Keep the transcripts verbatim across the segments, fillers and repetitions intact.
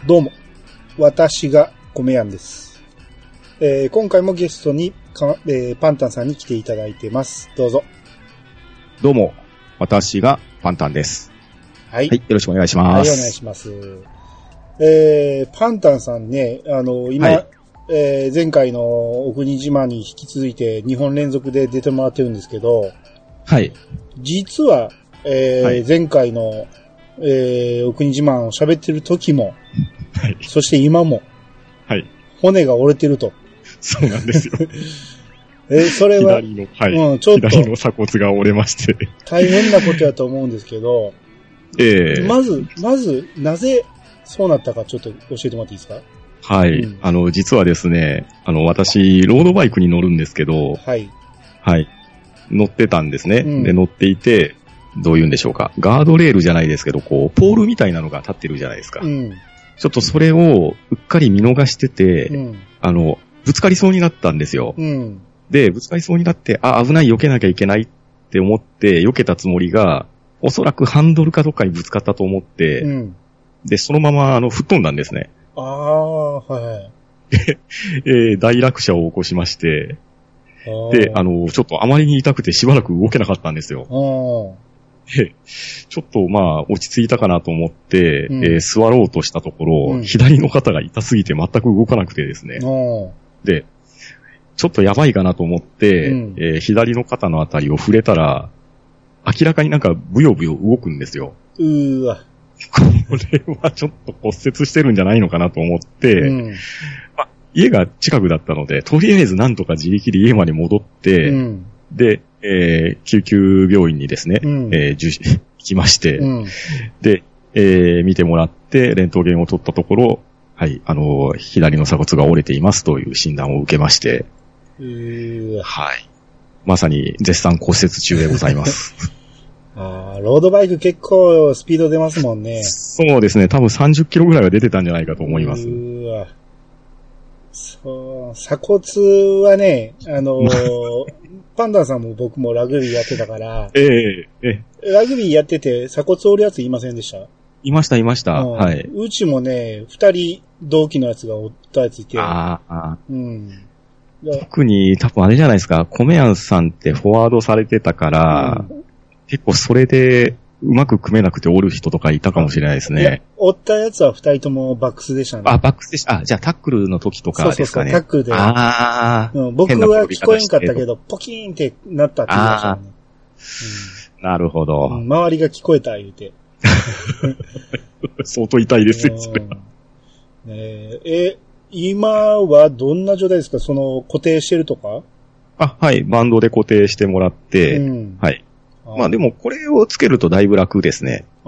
どうも、私が米やんです。えー、今回もゲストにか、えー、パンタンさんに来ていただいてます。どうぞ。 どうも、私がパンタンです。 はい。 はい、よろしくお願いします。 はい、お願いします。えー、パンタンさんね、あの、今、はい、えー、前回のお国島に引き続いてにほん連続で出てもらってるんですけど、 はい。 実は、えーはい、前回の、えー、お国島を喋ってる時も、はい。そして今も、はい。骨が折れてると。 そうなんですよ。 えー、それは、 左の、はい。 うん、ちょっと。 左の鎖骨が折れまして。 大変なことやと思うんですけど、 ええー。 まず、まず、なぜそうなったかちょっと教えてもらっていいですか？ はい。うん、あの、実はですね、あの、私、ロードバイクに乗るんですけど、 はい。 はい。乗ってたんですね。 うん、 で、乗っていて、どう言うんでしょうか。ガードレールじゃないですけど、こう、ポールみたいなのが立ってるじゃないですか。 うん、 ちょっとそれをうっかり見逃してて、 うん、 あの、ぶつかりそうになったんですよ。 うん、 で、ぶつかりそうになって、あ、危ない、避けなきゃいけないって思って、避けたつもりが、おそらくハンドルかどっかにぶつかったと思って、 うん、 で、そのまま、あの、吹っ飛んだんですね。 ああ、はい。 で、えー、大落車を起こしまして、で、あの、ちょっとあまりに痛くてしばらく動けなかったんですよ。で、ちょっとまあ、落ち着いたかなと思って、うん、えー、座ろうとしたところ、うん、左の肩が痛すぎて全く動かなくてですね。で、ちょっとやばいかなと思って、うん、えー、左の肩のあたりを触れたら、明らかになんかブヨブヨ動くんですよ。 うーわ。 これはちょっと骨折してるんじゃないのかなと思って、うんまあ、家が近くだったので、とりあえずなんとか自力で家まで戻って、うん、で、えー、救急病院にですね、うんえー、行きまして、うん、で、えー、見てもらって、レントゲンを取ったところ、はい、あのー、左の鎖骨が折れていますという診断を受けまして、 えー、 はい。まさに絶賛骨折中でございます。 ああ、ロードバイク結構スピード出ますもんね。 そうですね。多分さんじゅっキロぐらいは出てたんじゃないかと思います。 うーわ。そう、鎖骨はね、あのー、パンダンさんも僕もラグビーやってたから、 ええええ、ラグビーやってて鎖骨折るやついませんでした？ いました、いました。 うん、 はい。 うちもね、二人同期のやつが折ったやついて。 ああ。 うん。 特に多分あれじゃないですか、コメヤンさんってフォワードされてたから、うん、結構それでうまく組めなくて折る人とかいたかもしれないですね。いや、 折ったやつは二人ともバックスでしたね。 あ、バックスでした。あ、じゃあタックルの時とかですかね。 そうそうそう、タックルで。 ああ、 うん。僕は聞こえんかったけど、ポキーンってなったって言いましたね。 うん、なるほど、 うん。周りが聞こえた言うて。 相当痛いですよ、それは。 ねえ、え、今はどんな状態ですか？その固定してるとか？ あ、はい。バンドで固定してもらって、うん、はい。あまあでもこれをつけるとだいぶ楽ですね。 ああ。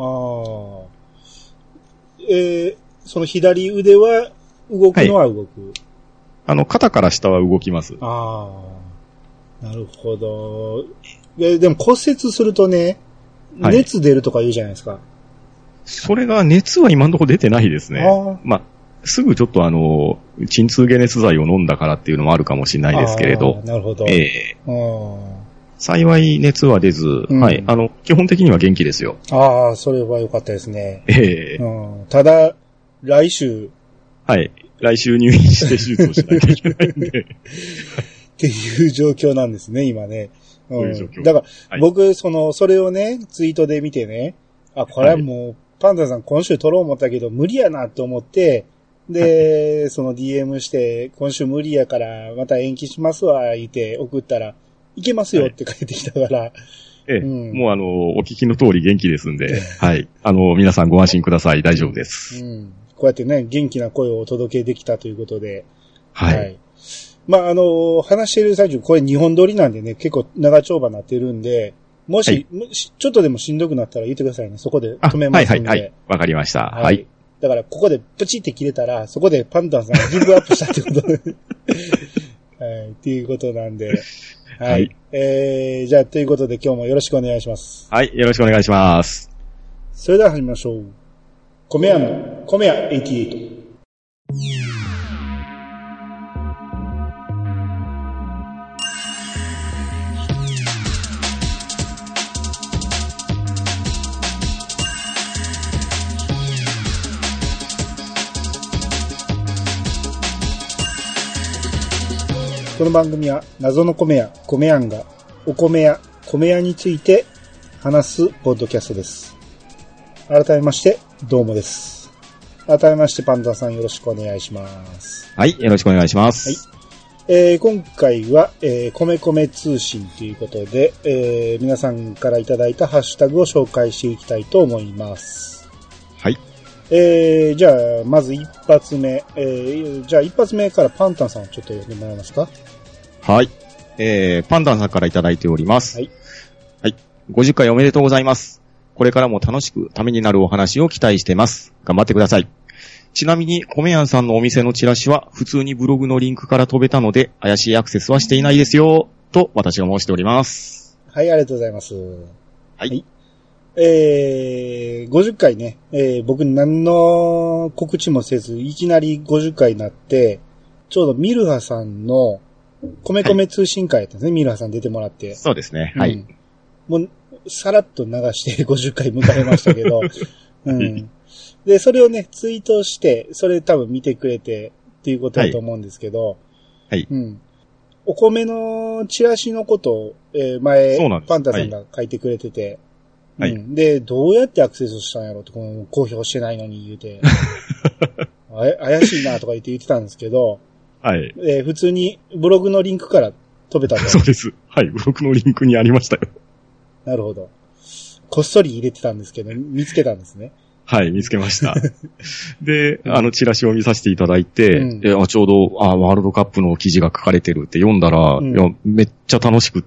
えー、その左腕は動くのは動く、はい、 あの、肩から下は動きます。 ああ。なるほど。で、でも骨折するとね、熱出るとか言うじゃないですか。はい、 それが熱は今のところ出てないですね。あまあ、すぐちょっとあの、鎮痛解熱剤を飲んだからっていうのもあるかもしれないですけれど。 なるほど。 ええー。幸い熱は出ず、うん、はい。あの、基本的には元気ですよ。 ああ、それは良かったですね。 ええーうん。ただ、来週。 はい。来週入院して手術をしなきゃいけないんで。 っていう状況なんですね、今ね。 うん。そういう状況。 だから、はい、僕、その、それをね、ツイートで見てね、あ、これはもう、はい、パンダさん今週撮ろう思ったけど無理やなと思って、で、はい、その ディーエム して、今週無理やからまた延期しますわ、言って送ったら、いけますよって返ってきたから。はい、 ええ、うん、もうあの、お聞きの通り元気ですんで、はい。あの、皆さんご安心ください。大丈夫です。 うん。こうやってね、元気な声をお届けできたということで。 はい。はい、 まあ、あの、話している最中、これにほん撮りなんでね、結構長丁場になってるんで、もし、はい、ちょっとでもしんどくなったら言ってくださいね。そこで止めますんで。はいはいはい。 わかりました。はい。はい、 だから、ここでプチって切れたら、そこでパンダさんがギブアップしたってことで。はい。っていうことなんで。はい。はい、えー、じゃあ、ということで今日もよろしくお願いします。 はい。よろしくお願いします。 それでは始めましょう。米屋の、米屋はちじゅうはち。 この番組は謎の米屋、米庵がお米や米屋について話すポッドキャストです。改めましてどうもです。改めましてパンダさんよろしくお願いします。 はい、よろしくお願いします。はいえー、今回は、えー、米米通信ということで、えー、皆さんからいただいたハッシュタグを紹介していきたいと思います。 はい。 えー、じゃあ、まず一発目、えー、じゃあ一発目からパンタンさんをちょっと読んでもらえますか？ はい。えー、パンタンさんからいただいております。 はい。 はい。ごじゅっかいおめでとうございます。これからも楽しくためになるお話を期待してます。頑張ってください。ちなみに、米屋さんのお店のチラシは普通にブログのリンクから飛べたので、怪しいアクセスはしていないですよ、と私が申しております。 はい、ありがとうございます。 はい。 はい、えー、ごじゅっかいね、えー、僕何の告知もせず、いきなりごじゅっかいになって、ちょうどミルハさんの米米通信会やったんですね、はい、ミルハさん出てもらって。 そうですね、はい。 うん、もう、さらっと流してごじゅっかい迎えましたけど、うんで、それをね、ツイートして、それ多分見てくれてっていうことだと思うんですけど、 はい。 うん。お米のチラシのことを、えー、前、パンタさんが書いてくれてて、 はい。 うん、で、どうやってアクセスしたんやろって、この公表してないのに言うて、あ怪しいなとか言って言ってたんですけど、 はい。 えー、普通にブログのリンクから飛べたと。 そうです。はい。ブログのリンクにありましたよ。なるほど。こっそり入れてたんですけど、見つけたんですね。 はい、見つけました。で、あの、チラシを見させていただいて、うん、であちょうどあ、ワールドカップの記事が書かれてるって読んだら、うん、いやめっちゃ楽しくって、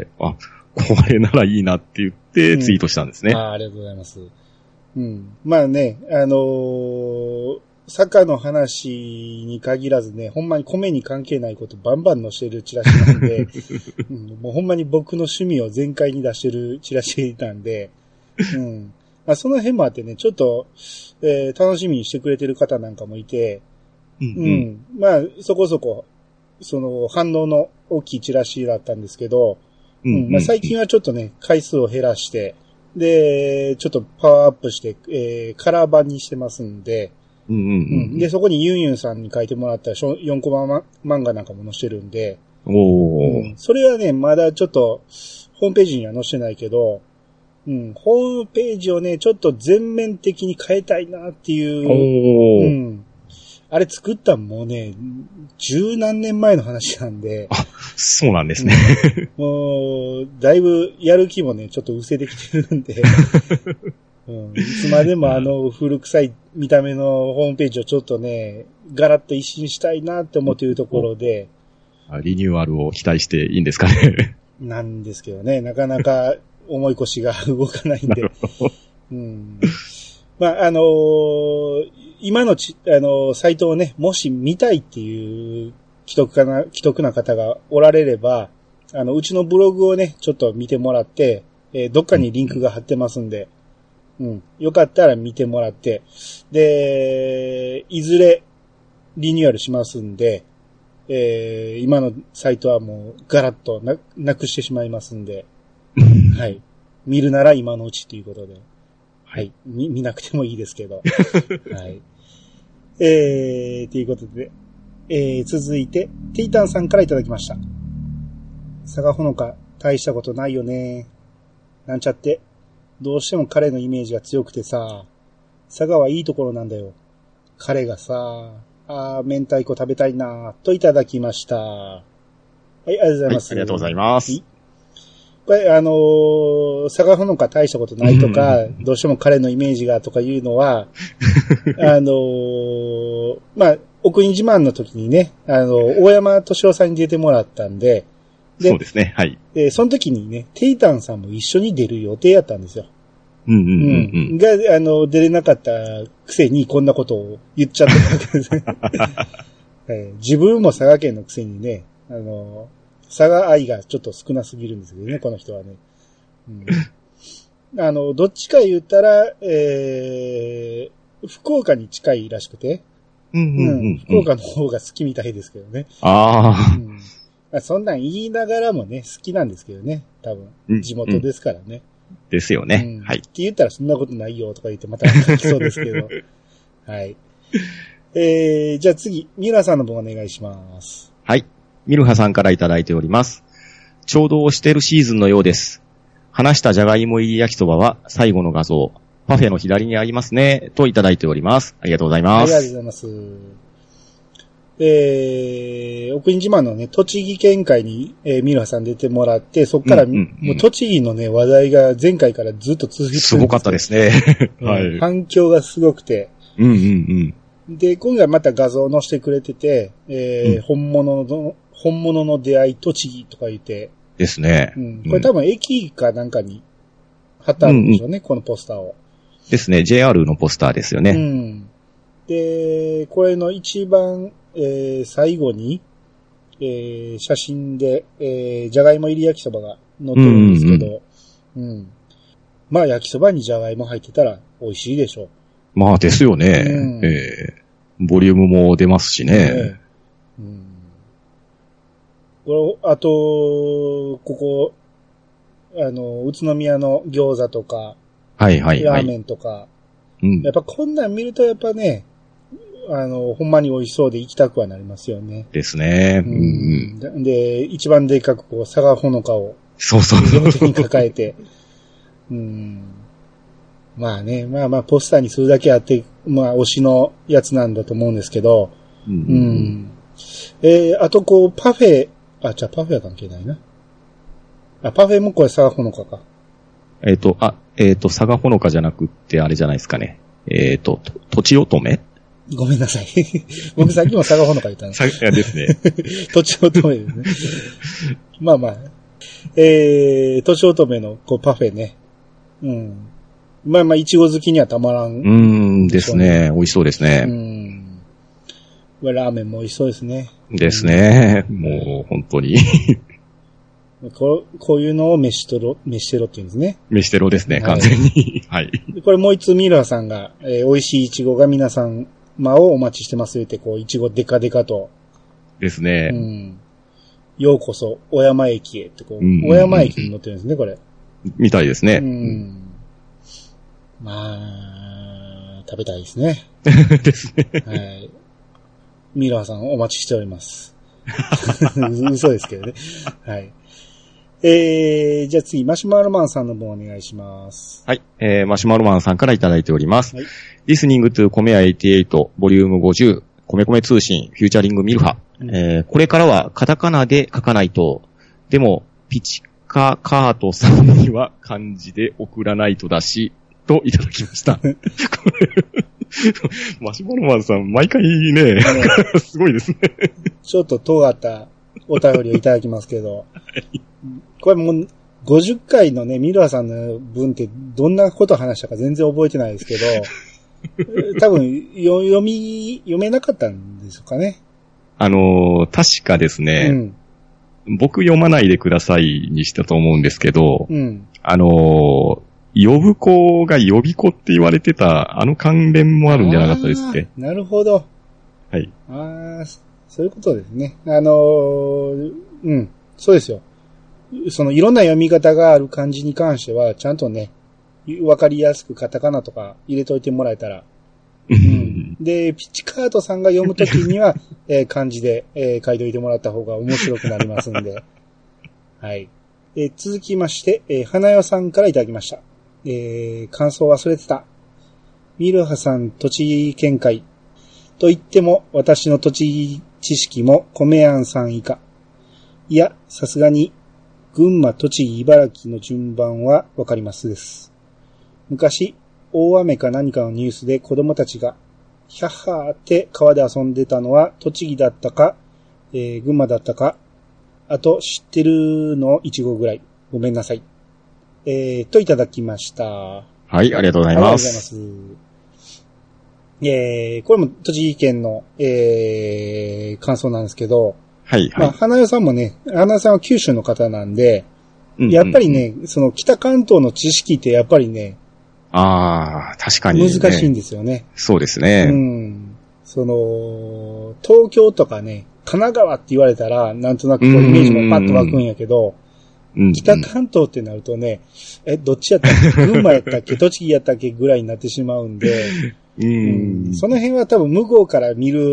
あ、これならいいなって言ってツイートしたんですね。 うん、あ, ありがとうございます。うん。まあね、あのー、サッカーの話に限らずね、ほんまに米に関係ないことバンバン載してるチラシなんで、うん、もうほんまに僕の趣味を全開に出してるチラシなんで、うんまあ、その辺もあってね、ちょっと、えー、楽しみにしてくれてる方なんかもいて、うん、うん、まあ、そこそこ、その、反応の大きいチラシだったんですけど、うん、うん、まあ、最近はちょっとね、回数を減らして、で、ちょっとパワーアップして、えー、カラー版にしてますんで、 うんうんうん、 で、そこにユンユンさんに書いてもらったよんコマ漫画なんかも載せてるんで、 おー、 うん、それはね、まだちょっと、ホームページには載せてないけど、うん、ホームページをね、ちょっと全面的に変えたいなっていう。 おー。 うん。あれ作ったんもうね、十何年前の話なんで。 あ、そうなんですね。 うん、もう、だいぶやる気もね、ちょっと失せてきてるんで。うん、いつまでもあの古臭い見た目のホームページをちょっとね、ガラッと一新したいなって思っているところで。 リニューアルを期待していいんですかね。 なんですけどね、なかなか、重い腰が動かないんで。うん、まあ、あのー、今のち、あのー、サイトをね、もし見たいっていう既得な、既得な方がおられれば、あの、うちのブログをね、ちょっと見てもらって、えー、どっかにリンクが貼ってますんで、うん。よかったら見てもらって、で、いずれリニューアルしますんで、えー、今のサイトはもうガラッとな、なくしてしまいますんで、はい。見るなら今のうちということで。はい。見、見なくてもいいですけど。はい。えー、ということで、えー、続いて、ティータンさんからいただきました。佐賀ほのか、大したことないよね。なんちゃって、どうしても彼のイメージが強くてさ、佐賀はいいところなんだよ。彼がさ、あー、明太子食べたいなといただきました。はい、ありがとうございます。 はい、ありがとうございます。 これ、あのー、佐賀ほのか大したことないとか、うん、どうしても彼のイメージがとかいうのは、あのー、まあ、お国自慢の時にね、あの、大山敏夫さんに出てもらったんで、 でそうですね、はい。 で、その時にね、テイタンさんも一緒に出る予定やったんですよ。 うんうんうん、うん。 が、あの、出れなかったくせにこんなことを言っちゃったわけですね。えー、自分も佐賀県のくせにね、あの、佐賀愛がちょっと少なすぎるんですけどね、この人はね。うん、あの、どっちか言ったら、えー、福岡に近いらしくて、 うんうんうんうん、 福岡の方が好きみたいですけどね。 ああ、 うんまあ、そんなん言いながらもね、好きなんですけどね、多分。地元ですからね。うんうん、 ですよね、 うん。 はい。 って言ったらそんなことないよとか言ってまた書きそうですけど。はい。えー、じゃあ次、ミラさんの分お願いします。 はい。 ミルハさんからいただいております。ちょうど押してるシーズンのようです。話したじゃがいも入り焼きそばは最後の画像、パフェの左にありますね、といただいております。ありがとうございます。 はい、ありがとうございます。えー、お国自慢のね、栃木県会に、えー、ミルハさん出てもらって、そこから、うんうんうん、もう栃木のね、話題が前回からずっと続いてるんですすごかったですね。 はい。反響がすごくて。 うんうんうん。で、今回また画像を載せてくれてて、えーうん、本物の、本物の出会い栃木とか言って。 ですね。 うん。これ多分駅かなんかに貼ってあるんでしょうね、うんうん、このポスターを。 ですね。ジェイアール のポスターですよね。 うん。で、これの一番、えー、最後に、えー、写真で、えー、じゃがいも入り焼きそばが載ってるんですけど、うん、うんうん。まあ焼きそばにじゃがいも入ってたら美味しいでしょう。 まあですよね。うん、えー、ボリュームも出ますしね。ねうん、 これあと、ここ、あの、宇都宮の餃子とか、 はいはいはい。 ラーメンとか、うん、やっぱこんなん見るとやっぱね、あの、ほんまに美味しそうで行きたくはなりますよね。 ですね。うんうん、で、一番でかくこう、佐賀ほのかを。 そうそうそう。 両手に抱えて。うん。まあね、まあまあ、ポスターにするだけあって、まあ、推しのやつなんだと思うんですけど。うん。うん、えー、あとこう、パフェ、あ、じゃあパフェは関係ないな。あ、パフェもこれ佐賀ほのかか。 えっ、ー、と、あ、えっ、ー、と、佐賀ほのかじゃなくって、あれじゃないですかね。えっ、ー、と、とちおとめごめんなさい。僕さっきも佐賀ほのか言ったんです。 いやですね。 とちおとめですね。まあまあ。えー、とちおとめのこうパフェね。うん。まあまあ、いちご好きにはたまらん、 ね。うーんですね。美味しそうですね。うん。 ラーメンも美味しそうですね。 ですね。うん、もう、本当に。 こう、こういうのを飯とろ、飯テロって言うんですね。 飯テロですね、完全に。はい。 これもう一つミルハさんが、えー、美味しいイチゴが皆さん、まをお待ちしてますって、こう、イチゴデカデカと。 ですね。 うん。ようこそ、小山駅へって、こう、うんうんうん、小山駅に乗ってるんですね、これ。 みたいですね。 うん。まあ、食べたいですね。 ですね。 はい。ミルハさんお待ちしております。嘘ですけどね。はい。えー、じゃあ次、マシュマロマンさんの分お願いします。 はい。えー、マシュマロマンさんからいただいております。はい。リスニングトゥ米屋はちじゅうはち、ボリュームごじゅう、米米通信、フューチャリングミルハ。うん、えー、これからはカタカナで書かないと、でも、ピチカカートさんには漢字で送らないとだし、といただきました。これマシュマロマンさん、毎回ね、すごいですね。 ちょっと尖ったお便りをいただきますけど、これもうごじゅっかいのね、ミルハさんの文ってどんなことを話したか全然覚えてないですけど、多分読み、読めなかったんですかね。 あのー、確かですね、うん、僕読まないでくださいにしたと思うんですけど、うん、あのー、呼ぶ子が呼び子って言われてた、あの関連もあるんじゃなかったですっけ？ なるほど。 はい。 ああ、そういうことですね。あのー、うん、そうですよ。そのいろんな読み方がある漢字に関しては、ちゃんとね、わかりやすくカタカナとか入れといてもらえたら。うん、で、ピッチカートさんが読むときには、えー、漢字で、えー、書いといてもらった方が面白くなりますんで。はい。えー、続きまして、えー、花代さんからいただきました。えー、感想忘れてた。ミルハさん栃木県会。と言っても、私の栃木知識も米庵さん以下。いや、さすがに、群馬、栃木、茨城の順番はわかりますです。昔、大雨か何かのニュースで子供たちが、ヒャッハーって川で遊んでたのは栃木だったか、えー、群馬だったか、あと知ってるのいちごぐらい。ごめんなさい。えー、といただきました。 はい、ありがとうございます。ありがとうございます。 えー、これも栃木県の、えー、感想なんですけど、 はい、はい。 まあ、花代さんもね、花代さんは九州の方なんで、うんうん、やっぱりね、その北関東の知識ってやっぱりね、 ああ、確かに、 ね。難しいんですよね。 そうですね。 うん。その、東京とかね、神奈川って言われたら、なんとなくこうイメージもパッと湧くんやけど、うんうん、北関東ってなるとね、え、どっちやったっけ群馬やったっけ栃木やったっけぐらいになってしまうんで、うん、その辺は多分向こうから見る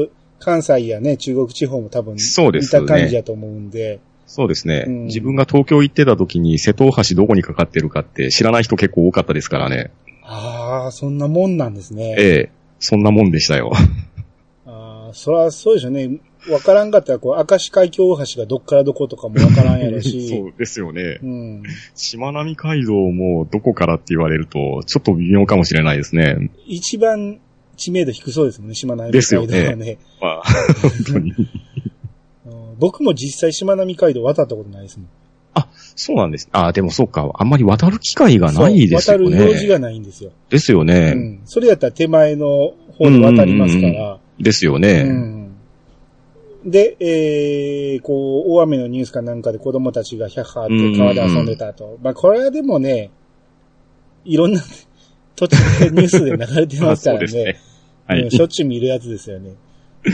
関西やね、中国地方も多分、 そうですね。 似た感じやと思うんで。 そうですね、 うん。 自分が東京行ってた時に瀬戸大橋どこにかかってるかって知らない人結構多かったですからね。 ああ、そんなもんなんですね。 ええ、そんなもんでしたよ。 ああ、そらそうでしょうね。わからんかったら、こう、明石海峡大橋がどっからどことかもわからんやろし。 そうですよね。 うん。 しまなみ海道もどこからって言われると、ちょっと微妙かもしれないですね。 一番知名度低そうですもんね、しまなみ海道はね。ですよね。まあ、本当に。僕も実際しまなみ海道渡ったことないですもん。 あ、そうなんです。あ、でもそうか。あんまり渡る機会がないですよね。 渡る用事がないんですよ。 ですよね。 うん。それやったら手前の方で渡りますから。うんうんうん、 ですよね。うんで、えー、こう、大雨のニュースかなんかで子供たちがヒャッハーって川で遊んでたと。うんうんうん、まあ、これはでもね、いろんな土地でニュースで流れてますからね。そうですね。はい、うん。しょっちゅう見るやつですよね。うん。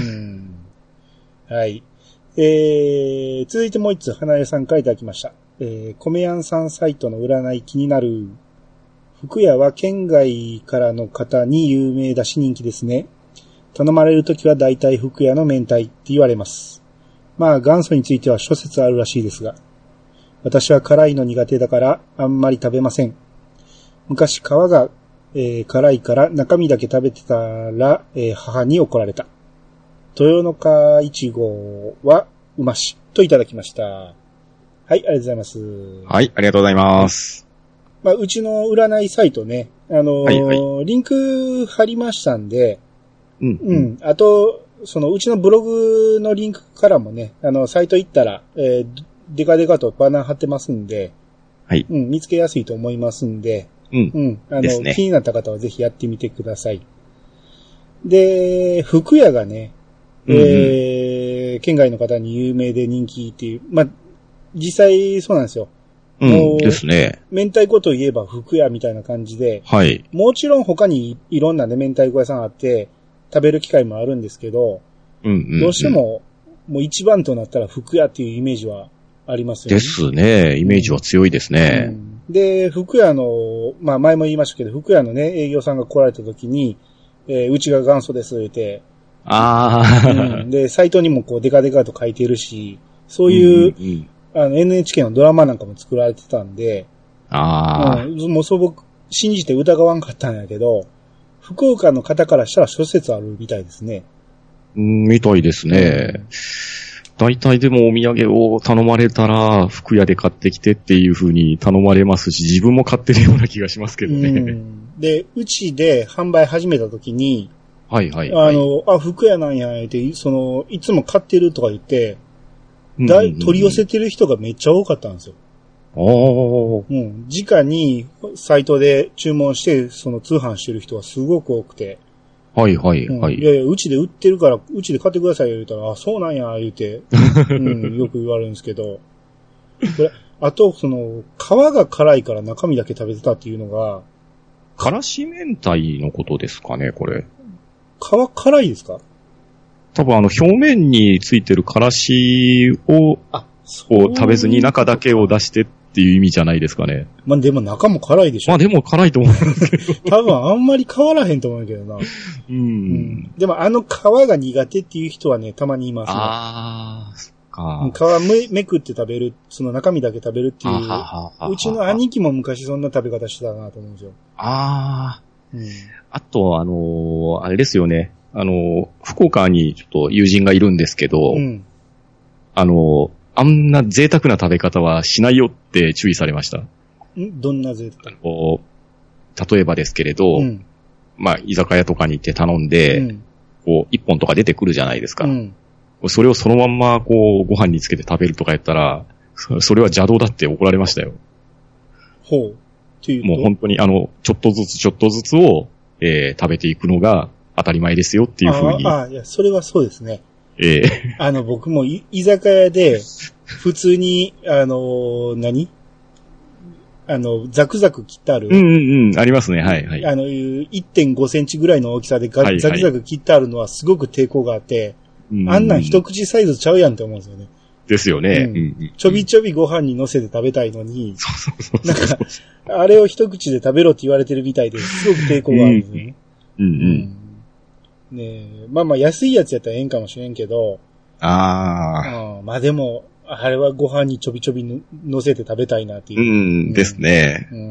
はい。えー、続いてもう一つ、花江さんからいただきました。えー、米屋さんサイトの占い気になる。福屋は県外からの方に有名だし人気ですね。頼まれるときは大体福屋の明太って言われます。まあ元祖については諸説あるらしいですが、私は辛いの苦手だからあんまり食べません。昔皮が、えー、辛いから中身だけ食べてたら、えー、母に怒られた。豊の花いちごはうましといただきました。はい、ありがとうございます。 はい、ありがとうございます。 まあ、うちの占いサイトね、あのーはいはい、リンク貼りましたんで、うん、うん。あと、そのうちのブログのリンクからもね、あの、サイト行ったら、えー、デカデカとバナー貼ってますんで、はい。うん、見つけやすいと思いますんで、うん。うん。あの、ね、気になった方はぜひやってみてください。で、福屋がね、うんうん、えー、県外の方に有名で人気っていう、まあ、実際そうなんですよ。 うんですね。 明太子といえば福屋みたいな感じで、はい。もちろん他にいろんなね、明太子屋さんあって、食べる機会もあるんですけど、うんうんうん、どうしても、もう一番となったら福屋っていうイメージはありますよね。 ですね。イメージは強いですね。 うん、で、福屋の、まあ前も言いましたけど、福屋のね、営業さんが来られた時に、えー、うちが元祖です言って、ああ、うん。で、サイトにもこうデカデカと書いてるし、そういう、うんうん、あの エヌエイチケー のドラマなんかも作られてたんで、ああ、うん、もうそう僕信じて疑わんかったんやけど、福岡の方からしたら諸説あるみたいですね。 うん、みたいですね。大体、うん、でもお土産を頼まれたら、福屋で買ってきてっていう風に頼まれますし、自分も買ってるような気がしますけどね。 うん、で、うちで販売始めた時に、 はいはい、はい。 あの、あ、福屋なんや、って、その、いつも買ってるとか言って、だい、取り寄せてる人がめっちゃ多かったんですよ。おー。うん。直にサイトで注文して、その通販してる人はすごく多くて。 はいはいはい。 うん、いやいや、うちで売ってるから、うちで買ってくださいよ言うたら、あ、そうなんや、言うて、うん、よく言われるんですけど。これ、あと、その、皮が辛いから中身だけ食べてたっていうのが。 からし明太のことですかね、これ。 皮辛いですか？ 多分あの表面についてるからしを、あ、そう食べずに中だけを出してっていう意味じゃないですかね。 まあでも中も辛いでしょ。 まあでも辛いと思うんですけど。 多分あんまり変わらへんと思うけどな。うん、うん。でもあの皮が苦手っていう人はね、たまにいますね。ああ、そっか。皮め、めくって食べる、その中身だけ食べるっていう。ははははうちの兄貴も昔そんな食べ方してたなと思うんですよ。ああ。 うん、あと、あのー、あれですよね。あのー、福岡にちょっと友人がいるんですけど、うん、あのー、あんな贅沢な食べ方はしないよって注意されました。 んどんな贅沢？ 例えばですけれど、うん、まあ、居酒屋とかに行って頼んで、うん、こう、一本とか出てくるじゃないですか。うん、それをそのまんま、こう、ご飯につけて食べるとかやったら、それは邪道だって怒られましたよ。ほう。っていうともう本当に、あの、ちょっとずつちょっとずつを、えー、食べていくのが当たり前ですよっていう風に。 ああ、いや、それはそうですね。 ええー。 あの、僕も居酒屋で、普通に、あの、何あの、ザクザク切ってある。 うんうんうん、ありますね、はいはい。 あの、いってんごセンチぐらいの大きさでガ、はいはい、ザクザク切ってあるのはすごく抵抗があって、うんうん、あんなん一口サイズちゃうやんって思うんですよね。 ですよね、うんうんうん。ちょびちょびご飯に乗せて食べたいのに、そうそうそうそうなんか、あれを一口で食べろって言われてるみたいですごく抵抗があるんですね。うんうん。うん、 ねまあまあ安いやつやったらええんかもしれんけど。 ああ。 まあでも、あれはご飯にちょびちょび乗せて食べたいなっていう。 うん、うん、ですね。 うん。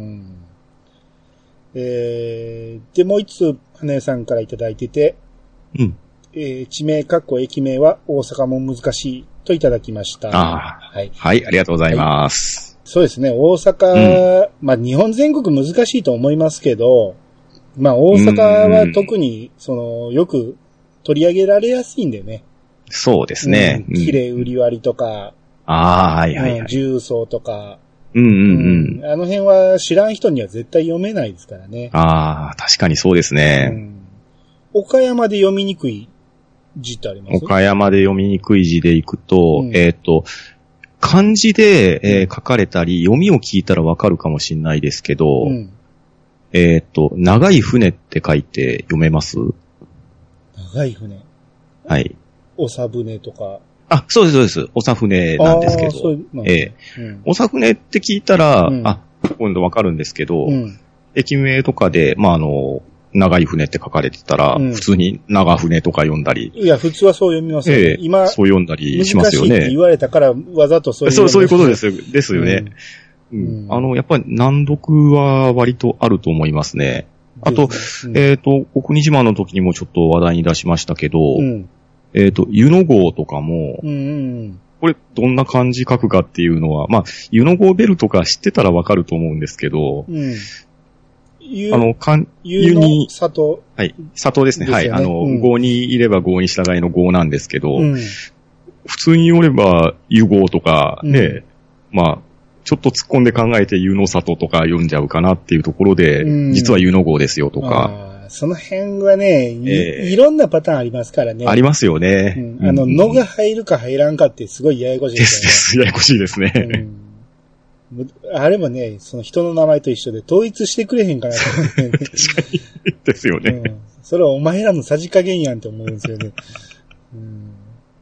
えー、で、もう一つ、花屋さんからいただいてて、 うん。 えー、地名かっこ駅名は大阪も難しいといただきました。 ああ。 はい。 はい、ありがとうございます。 はい、そうですね、大阪、うん、まあ日本全国難しいと思いますけど、まあ大阪は特に、その、よく取り上げられやすいんでね。 そうですね。 うん、綺麗売り割りとか、 ああ、はいはい、はい。 重曹とか、 うんうんうん。 あの辺は知らん人には絶対読めないですからね。 ああ、確かにそうですね。うん、 岡山で読みにくい字ってあります？ 岡山で読みにくい字でいくと、うん、えっと、漢字で、えー、書かれたり、読みを聞いたらわかるかもしれないですけど、うん、えっと、長い船って書いて読めます？ 長い船。 はい。 おさ船とか。 あ、そうです、そうです。おさ船なんですけど。そうなんですね、ええ、うん、おさ船って聞いたら、うん、あ、今度わかるんですけど、うん、駅名とかで、まあ、あの、長い船って書かれてたら、うん、普通に長船とか読んだり。 いや、普通はそう読みますよね。ええ、今、 そう読んだりしますよね。 難しいって言われたから、わざとそういう。 そう、そういうことです、ですよね。うんうん、あの、やっぱり難読は割とあると思いますね。あと、うん、えっ、ー、と、国西島の時にもちょっと話題に出しましたけど、うんえっ、ー、と、湯の号とかも、うんうん、これどんな漢字書くかっていうのは、まあ、湯の号ベルとか知ってたらわかると思うんですけど、うん、あの、か湯に、 里。 はい、里ですね。ですねはい。あの、うん、号にいれば号に従いの号なんですけど、うん、普通によれば湯号とかね、うん、まあ、ちょっと突っ込んで考えて湯の里とか読んじゃうかなっていうところで、うん、実は湯の号ですよとか、 その辺はね、えー、い, いろんなパターンありますからね。 ありますよね。 うん、あの、の、うん、が入るか入らんかってすごいややこしいですよね。ややこしいですね、 うん。あれもね、その人の名前と一緒で統一してくれへんかなと思って、ね。 確かに。ですよね、 うん。それはお前らのさじ加減やんって思うんですよね。うん、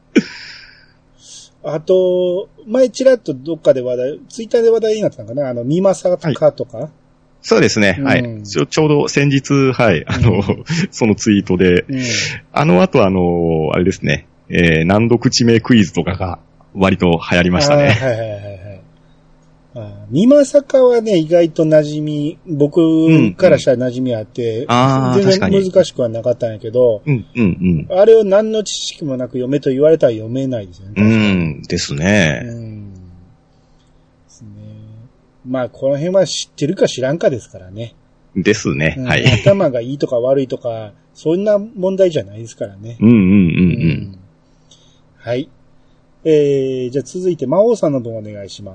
あと、前ちらっとどっかで話題、ツイッターで話題になったのかなあの、ミマサカとか、はいそうですね、うん、はい。ちょ、ちょうど先日、はい、あの、うん、そのツイートで、うん、あの後あの、あれですね、えー、難読地名クイズとかが割と流行りましたね。はいはいはいはい。 あミマサカはね、意外と馴染み、僕からしたら馴染みあって、うんうん、全然難しくはなかったんやけど、うんうんうん、あれを何の知識もなく読めと言われたら読めないですよね。 うん、ですね。 うんまあ、この辺は知ってるか知らんかですからね。 ですね。うん、はい。 頭がいいとか悪いとか、そんな問題じゃないですからね。 うんうんうんうん。うん、 はい。えー、じゃあ続いて、魔王さんの分お願いします。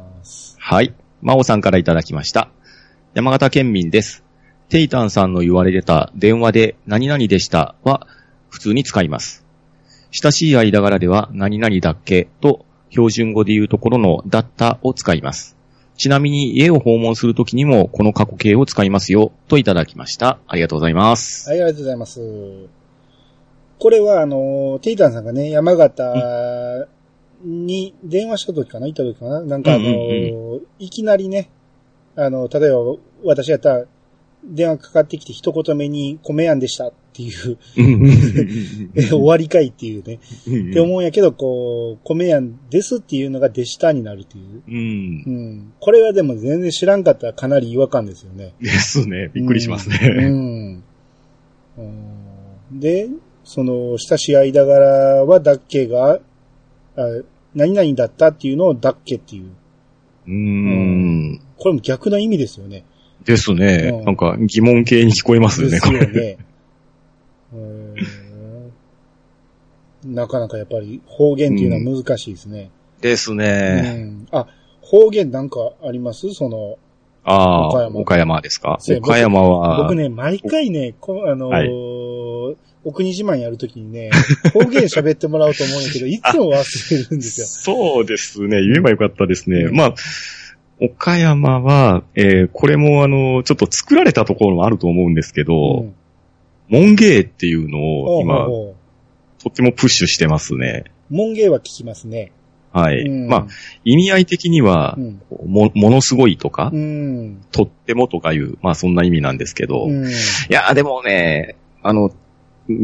はい。魔王さんからいただきました。山形県民です。テイタンさんの言われてた電話で何々でしたは普通に使います。親しい間柄では何々だっけと標準語で言うところのだったを使います。ちなみに家を訪問するときにもこの過去形を使いますよといただきました。ありがとうございます。 はい、ありがとうございます。これはあの、テイタンさんがね、山形に電話したときかな行ったときかななんかあの、うんうんうん、いきなりね、あの、例えば私やったら電話かかってきて一言目に米やんでしたっていう終わりかいっていうね。って思うんやけど、こう、米やんですっていうのがでしたになるっていう、うんうん。これはでも全然知らんかったらかなり違和感ですよね。 ですね。びっくりしますね。 うんうん、で、その、親しい間柄はだっけが、あ何々だったっていうのをだっけっていう。 うーん、うん。 これも逆の意味ですよね。 ですね、うん。なんか疑問形に聞こえますよね、 ですよね。これ。なかなかやっぱり方言っていうのは難しいですね。 うん、ですね、 うん。あ、方言なんかありますその、 ああ、岡山。岡山ですか。岡山は。 僕ね、毎回ね、こあのーはい、お国自慢やるときにね、方言喋ってもらおうと思うんだけど、いつも忘れるんですよ。 そうですね。言えばよかったですね。うん、まあ、岡山は、えー、これもあの、ちょっと作られたところもあると思うんですけど、うん、門芸っていうのを今、おうおうとってもプッシュしてますね。 門芸は聞きますね。 はい。うん、まあ、意味合い的には、うん、も、ものすごいとか、うん、とってもとかいう、まあそんな意味なんですけど、うん、いや、でもね、あの、 うん、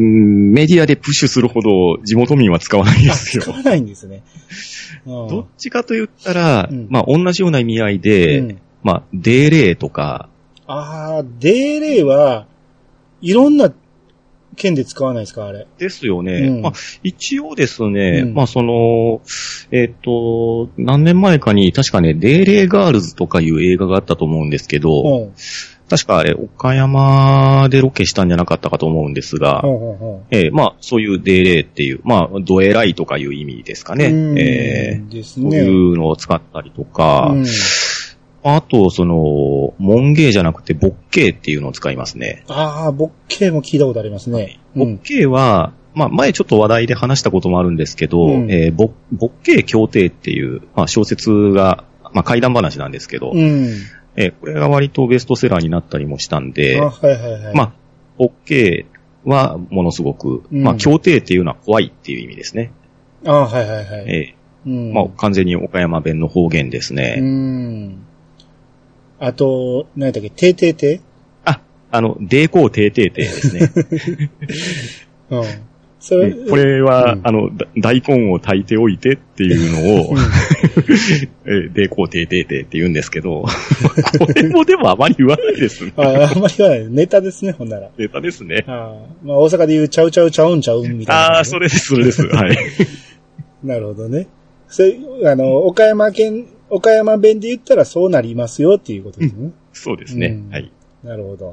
メディアでプッシュするほど地元民は使わないですよ。 使わないんですね。 どっちかと言ったら、 うん、 まあ同じような意味合いで、うん、まあ、デーレイとか。 ああ、デーレイはいろんな県で使わないですか、あれ。 ですよね。うん、まあ、一応ですね、うん、まあその、えっと、何年前かに確かね、デーレイガールズとかいう映画があったと思うんですけど、うん、確かあれ、岡山でロケしたんじゃなかったかと思うんですが、うんうんうん、えー、まあそういうデーレイっていう、まあドエライとかいう意味ですかね。えー、ですね。そういうのを使ったりとか、うん、あと、その、モンゲーじゃなくて、ボッケーっていうのを使いますね。 ああ、ボッケーも聞いたことありますね。 ボッケーは、まあ、前ちょっと話題で話したこともあるんですけど、うん、えー、ボッケー協定っていう、まあ、小説が、まあ、怪談話なんですけど、うん、えー、これが割とベストセラーになったりもしたんで、 あ、はいはいはい、 まあ、ボッケーはものすごく、うん、まあ、協定っていうのは怖いっていう意味ですね。 あ、はいはいはい。 えー、うん、まあ、完全に岡山弁の方言ですね。 うんあと、何だっけ、てーてーてー？ あ、あの、でーこうてーてーてーですね。 うん。それ、 これは、うん、あの、大根を炊いておいてっていうのを、でーこうてーてーてーって言うんですけど、これもでもあまり言わないですね。 ああまり言わない。ネタですね、ほんなら。 ネタですね。 あまあ、大阪で言うちゃうちゃうちゃうんちゃうんみたいな、ね。 ああ、それです、それです。はい。 なるほどね。それ、あの、岡山県、岡山弁で言ったらそうなりますよっていうことですね。うん、 そうですね、うん。はい。 なるほど。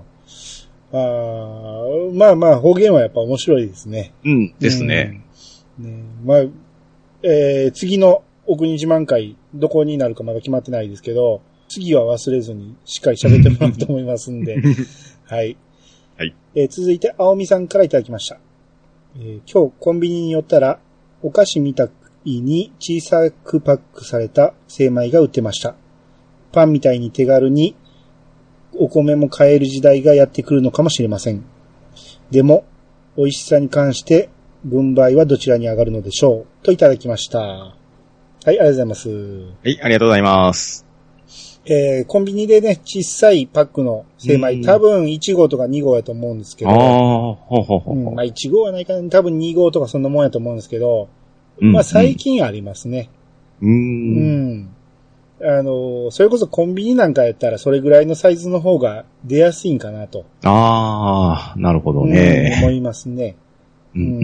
あまあまあ方言はやっぱ面白いですね。 うんですね。 うん、ねまあ、えー、次のお国自慢会どこになるかまだ決まってないですけど、次は忘れずにしっかり喋ってもらうと思いますんで。はい。 はい。 えー、続いて青みさんからいただきました。えー、今日コンビニに寄ったらお菓子みたいに小さくパックされた精米が売ってました。パンみたいに手軽にお米も買える時代がやってくるのかもしれません。でも、美味しさに関して軍配はどちらに上がるのでしょうといただきました。はい、ありがとうございます。はい、ありがとうございます。 えー、コンビニでね、小さいパックの精米、多分いち号とかに号やと思うんですけど、あほほほ、 うん、まあいち号はないかな、多分に号とかそんなもんやと思うんですけど、うん、まあ最近ありますね。 うん。うんあの、それこそコンビニなんかやったらそれぐらいのサイズの方が出やすいんかなと。 ああ、なるほどね。 うん、思いますね。 うんうんうん。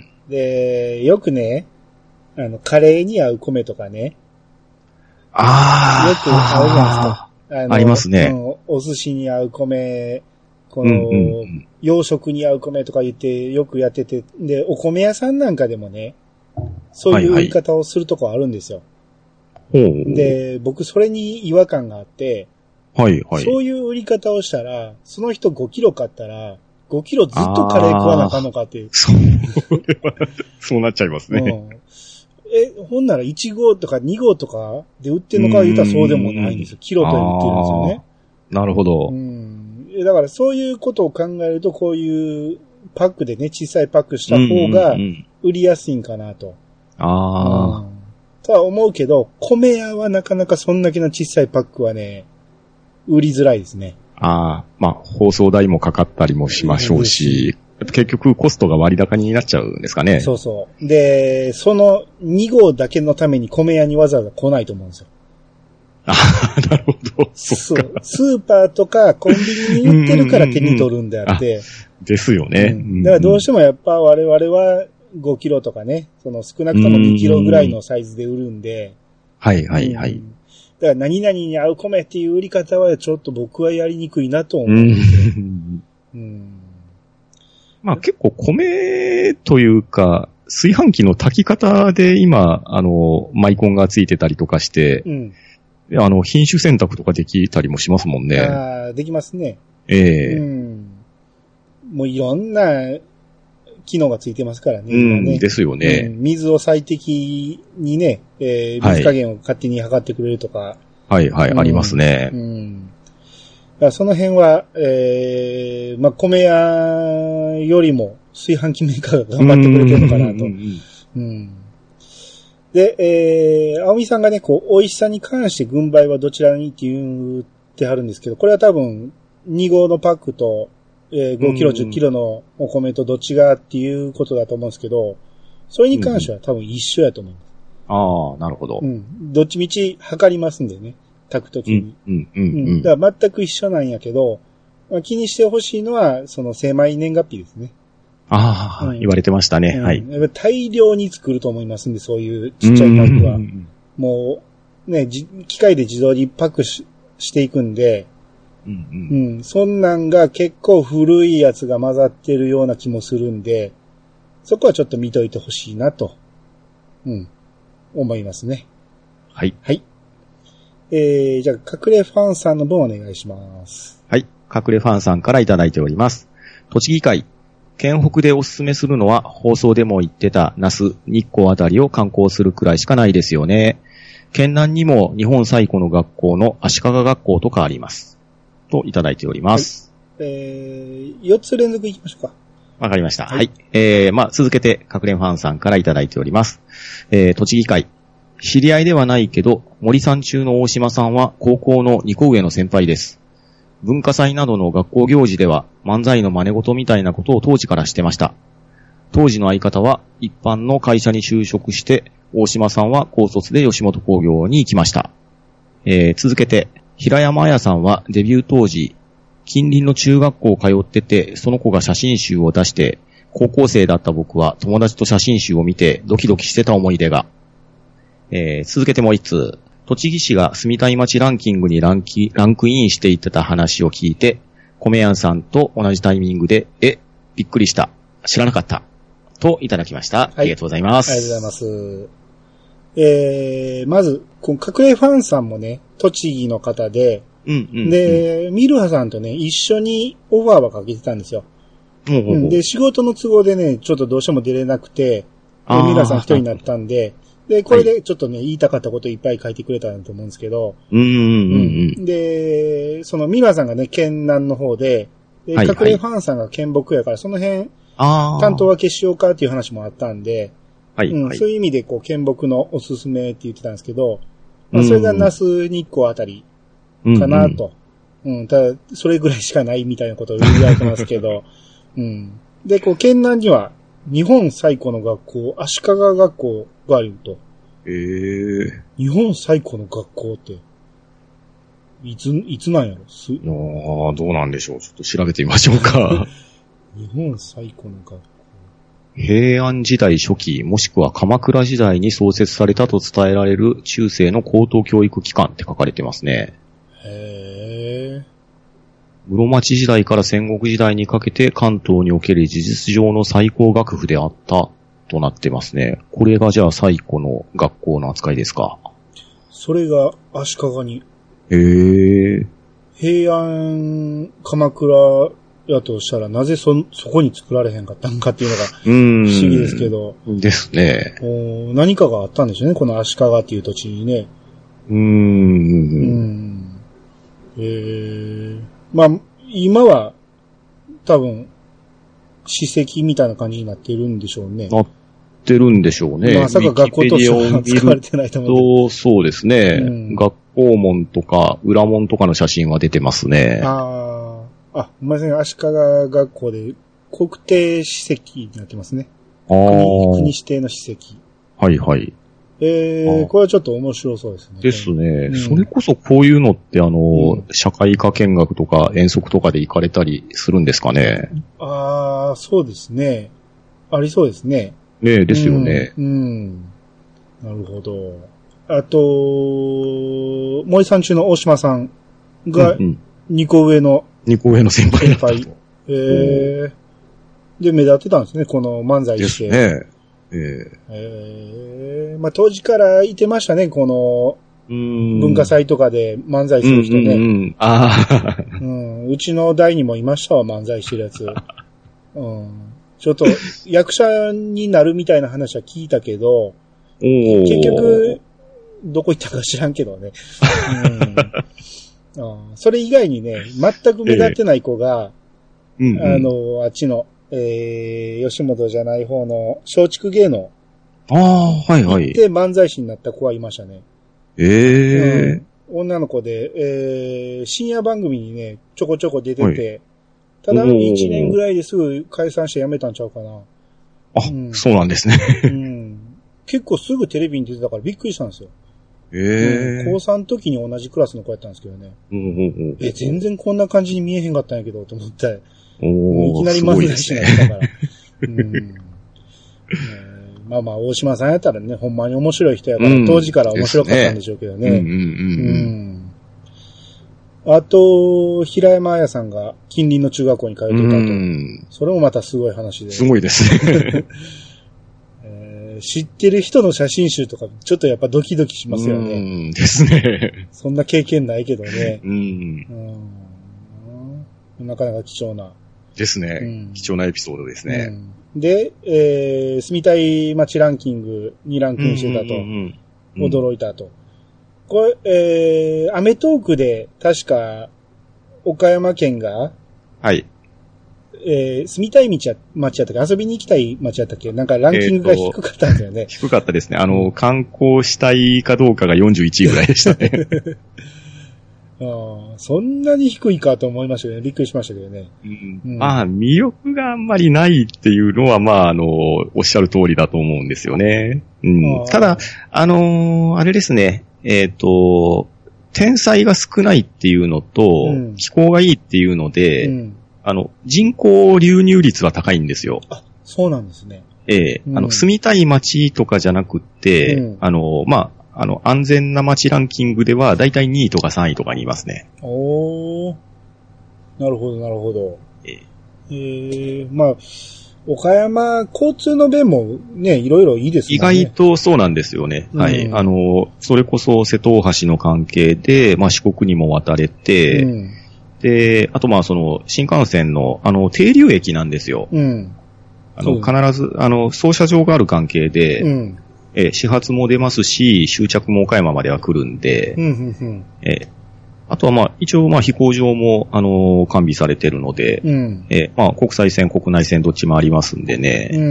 で、よくね、あの、カレーに合う米とかね。 ああ。 よく合うじゃないですか。 あのありますね、 うん。お寿司に合う米、この、うんうんうん、洋食に合う米とか言ってよくやってて、で、お米屋さんなんかでもね、そういう言い方をするとこあるんですよ。はいはいで、僕それに違和感があって、 はいはい。 そういう売り方をしたら、その人ごキロ買ったら、ごキロずっとカレー食わなあかんのかっていう。 そう。そうなっちゃいますね。うん、 え、ほんならいち号とかに号とかで売ってんのか言ったらそうでもないんですよ。キロとで売ってるんですよね。 なるほど。 うん。だからそういうことを考えると、こういうパックでね、小さいパックした方が売りやすいんかなと。 ああ。うんとは思うけど、米屋はなかなかそんだけの小さいパックはね、売りづらいですね。 ああ、まあ、包装代もかかったりもしましょうし、結局コストが割高になっちゃうんですかね。 そうそう。で、そのに号だけのために米屋にわざわざ来ないと思うんですよ。 ああ、なるほど。そっか。 スーパーとかコンビニに売ってるから手に取るんであって。うんうんうん、 ですよね、 うん。だからどうしてもやっぱ我々は、ごキロとかね、その少なくともにキロぐらいのサイズで売るんで。 はいはいはい。 だから何々に合う米っていう売り方はちょっと僕はやりにくいなと思うんですよ。うん、 まあ結構米というか、炊飯器の炊き方で今、あの、マイコンがついてたりとかして、うん、あの、品種選択とかできたりもしますもんね。 ああ、できますね。 ええーうん。もういろんな、機能がついてますからね。 うん、ねですよね、 うん。水を最適にね、えー、水加減を勝手に測ってくれるとか。 はいはい、うん、ありますね。 うん。だからその辺は、えー、まあ、米屋よりも炊飯器メーカーが頑張ってくれてるのかなと。うん、うん。で、えー、青みさんがね、こう、美味しさに関して軍配はどちらにって言ってはるんですけど、これは多分、に号のパックと、 えー、ごキロ、じゅっキロのお米とどっちがっていうことだと思うんですけど、それに関しては多分一緒やと思います。 うん、ああ、なるほど。 うん。どっちみち測りますんでね。炊くときに。 うん、うん、うん。うん、 だから全く一緒なんやけど、まあ、気にしてほしいのは、その精米年月日ですね。 ああ、うん、言われてましたね。 うん、 はい。 やっぱ大量に作ると思いますんで、そういうちっちゃいパックは。もう、ね、機械で自動にパック し, していくんで、 うんうんうん、そんなんが結構古いやつが混ざってるような気もするんで、そこはちょっと見といてほしいなと、うん、思いますね。 はい。 はい。えー、じゃあ、隠れファンさんの分お願いします。 はい。隠れファンさんからいただいております。栃木会。県北でおすすめするのは、放送でも言ってた那須、日光あたりを観光するくらいしかないですよね。県南にも日本最古の学校の足利学校とかあります。といただいております。 はい、えー、よっつ連続いきましょうか。 わかりました。はい。はい、えー、まあ、続けて、隠れファンさんからいただいております。えー、栃木会。知り合いではないけど、森さん中の大島さんは高校のにこ上の先輩です。文化祭などの学校行事では漫才の真似事みたいなことを当時からしてました。当時の相方は一般の会社に就職して、大島さんは高卒で吉本興業に行きました。えー、続けて、平山彩さんはデビュー当時、近隣の中学校通ってて、その子が写真集を出して、高校生だった僕は友達と写真集を見てドキドキしてた思い出が。えー、続けてもう一つ。栃木市が住みたい街ランキングにランキ、ランクインしていってた話を聞いて、米屋さんと同じタイミングで、え、びっくりした。知らなかった。といただきました。はい、ありがとうございます。 ありがとうございます。えー、まず、この隠れファンさんもね、栃木の方で、 うんうんうん、 で、ミルハさんとね、一緒にオファーはかけてたんですよ。 うんうんうん、 で、仕事の都合でね、ちょっとどうしても出れなくて、ミルハさん一人になったんで、で、これでちょっとね、はい、言いたかったこといっぱい書いてくれたと思うんですけど、 うんうんうんうん、 で、そのミルハさんがね、県南の方で、で、はいはい、隠れファンさんが県北やから、その辺、担当分けしようかっていう話もあったんで、はいはい、うん、そういう意味で、こう、県北のおすすめって言ってたんですけど、まあ、それが那須日光あたりかなと。うん、うん、ただ、それぐらいしかないみたいなことを言われてますけど、うん。で、こう、県南には、日本最古の学校、足利学校があると。 えー、 日本最古の学校って、いつ、いつなんやろすああ、どうなんでしょう。ちょっと調べてみましょうか。 日本最古の学校。 平安時代初期、もしくは鎌倉時代に創設されたと伝えられる中世の高等教育機関って書かれてますね。 へー。 室町時代から戦国時代にかけて関東における事実上の最高学府であったとなってますね。これがじゃあ最古の学校の扱いですか。 それが足利に。 へー。 平安、鎌倉やとしたらなぜそ、そこに作られへんかったんかっていうのが不思議ですけど。 ですね。 お何かがあったんでしょうね、この足利っていう土地にね。 うーん。うん。 えー、まあ、今は多分、史跡みたいな感じになってるんでしょうね。 なってるんでしょうね。 まさか学校としては使われてないと思う。 そうですね、うん。学校門とか裏門とかの写真は出てますね。 ああ。あ、ごめんなさい、足利学校で国定史跡になってますね。 ああ。 国、国指定の史跡。 はいはい。 えー、これはちょっと面白そうですね。 ですね、うん。それこそこういうのってあの、うん、社会科見学とか遠足とかで行かれたりするんですかね。 ああ、そうですね。ありそうですね。 ねえ、ですよね。 うん。うん、なるほど。あと、森さん中の大島さんがにこ上の、 にこ上の先輩だったと。先輩。 えー、で、目立ってたんですね、この漫才して。 ですね。えー、えー、まあ当時からいてましたね、この、 うん文化祭とかで漫才する人ね。 うんうんうん、あうん、うちの代にもいましたわ、漫才してるやつ。うん、ちょっと役者になるみたいな話は聞いたけど、結局、どこ行ったか知らんけどね。うん、あそれ以外にね、全く目立ってない子が、 えーうんうん、 あの、あっちの、えー、吉本じゃない方の松竹芸能。 ああ、はいはい。 で漫才師になった子はいましたね。 ええーうん。女の子で、えー、深夜番組にね、ちょこちょこ出てて、 ただ、いちねんぐらいですぐ解散して辞めたんちゃうかな。 あ、うん、そうなんですね。 うん。結構すぐテレビに出てたからびっくりしたんですよ。 へえ、 うん。高さんの時に同じクラスの子やったんですけどね。 うんうんうん、 え、全然こんな感じに見えへんかったんやけど、と思って。 おいきなり漫才師になったから。うんえー、まあまあ、大島さんやったらね、ほんまに面白い人やから、うん、当時から面白かったんでしょうけどね。うんうんうんうんうん、あと、平山彩さんが近隣の中学校に通ってたと。うん、それもまたすごい話で。 すごいですね。 えー、知ってる人の写真集とか、ちょっとやっぱドキドキしますよね。 うんですね。 そんな経験ないけどね。 うんうん、なかなか貴重な。 ですね、うん。貴重なエピソードですね。 うん、で、えー、住みたい街ランキングにランクインしてたと。うんうんうん、驚いたと。これ、えー、アメトークで確か、岡山県が、 はい。 えー、住みたい道や街やったっけ、遊びに行きたい街やったっけ、なんかランキングが低かったんだよね。えー、 低かったですね。あの、観光したいかどうかがよんじゅういちいぐらいでしたね。 あ、そんなに低いかと思いましたけどね。びっくりしましたけどね。 うんうん、まあ、魅力があんまりないっていうのは、まあ、あの、おっしゃる通りだと思うんですよね。うん、ただ、あのー、あれですね。えっと、天才が少ないっていうのと、うん、気候がいいっていうので、うん、あの、人口流入率は高いんですよ。 あ、そうなんですね。 ええーうん、あの、住みたい街とかじゃなくって、うん、あの、まあ、あの、安全な街ランキングでは、だいたいにいとかさんいとかにいますね。 おー。なるほど、なるほど。えー、えー、まあ、岡山、交通の便もね、いろいろいいですね。 意外とそうなんですよね。うん、はい。あの、それこそ瀬戸大橋の関係で、まあ四国にも渡れて、うん、で、あとまあその、新幹線の、あの、停留駅なんですよ。うん。あの、必ず、あの、操車場がある関係で、うん、え、始発も出ますし、終着も岡山までは来るんで、うんうんうん、え、あとはまあ、一応まあ飛行場も、あのー、完備されてるので、うん、え、まあ、国際線、国内線どっちもありますんでね。うん、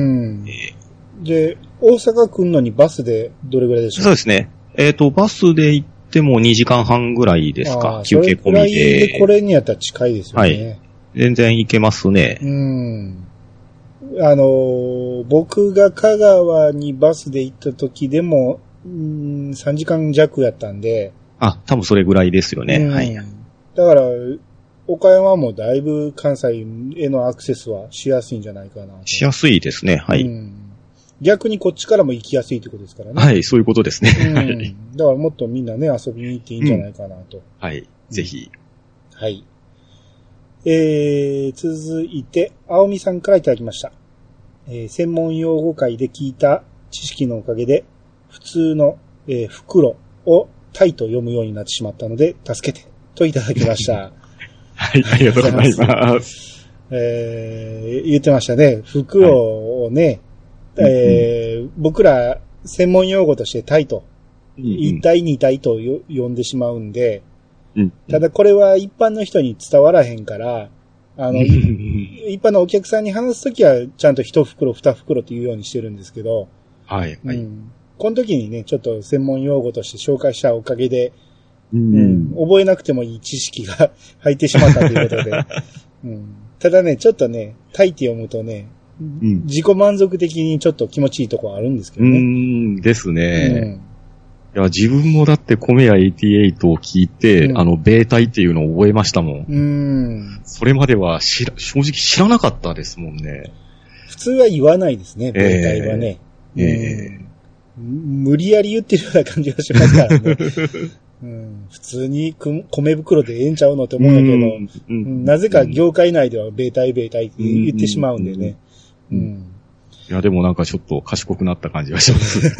えー、で、大阪来るのにバスでどれぐらいでしょうか？ そうですね。えっと、バスで行ってもにじかんはんぐらいですか、休憩込みで。それぐらいでこれにやったら近いですよね。はい。 全然行けますね。 うん。あのー、僕が香川にバスで行った時でも、うん、さんじかんじゃくやったんで。 あ、多分それぐらいですよね。うん、はい。 だから、岡山もだいぶ関西へのアクセスはしやすいんじゃないかな。 しやすいですね。はい。うん、 逆にこっちからも行きやすいということですからね。 はい、そういうことですね。 うん、だからもっとみんなね、遊びに行っていいんじゃないかなと。うん、 はい、ぜひ。 はい。えー、続いて、青みさんからいただきました。えー、専門用語会で聞いた知識のおかげで、普通の、えー、袋をタイと読むようになってしまったので、助けて、といただきました。 はい、ありがとうございます。 えー、言ってましたね。袋をね、はい、えーうん、僕ら専門用語としてタイと、一体二体と呼んでしまうんで、うん、ただこれは一般の人に伝わらへんから、あの、一般のお客さんに話すときは、ちゃんと一袋、二袋っていうようにしてるんですけど、 はい、はい。 うん、この時にね、ちょっと専門用語として紹介したおかげで、うんうん、覚えなくてもいい知識が入ってしまったということで、うん、ただね、ちょっとね、タイって読むとね、うん、自己満足的にちょっと気持ちいいところあるんですけどね。 うーんですね。うん、いや、自分もだって米屋はちじゅうはちを聞いて、うん、あの、米体っていうのを覚えましたもん。うん。それまでは知ら、正直知らなかったですもんね。 普通は言わないですね、米体はね。えー、えー、無理やり言ってるような感じがしますからね。うん、普通に米袋でええんちゃうのって思うんだけど、うんうん、なぜか業界内では米体米体って言ってしまうんでね。うんうんうん、 いや、でもなんかちょっと賢くなった感じがします。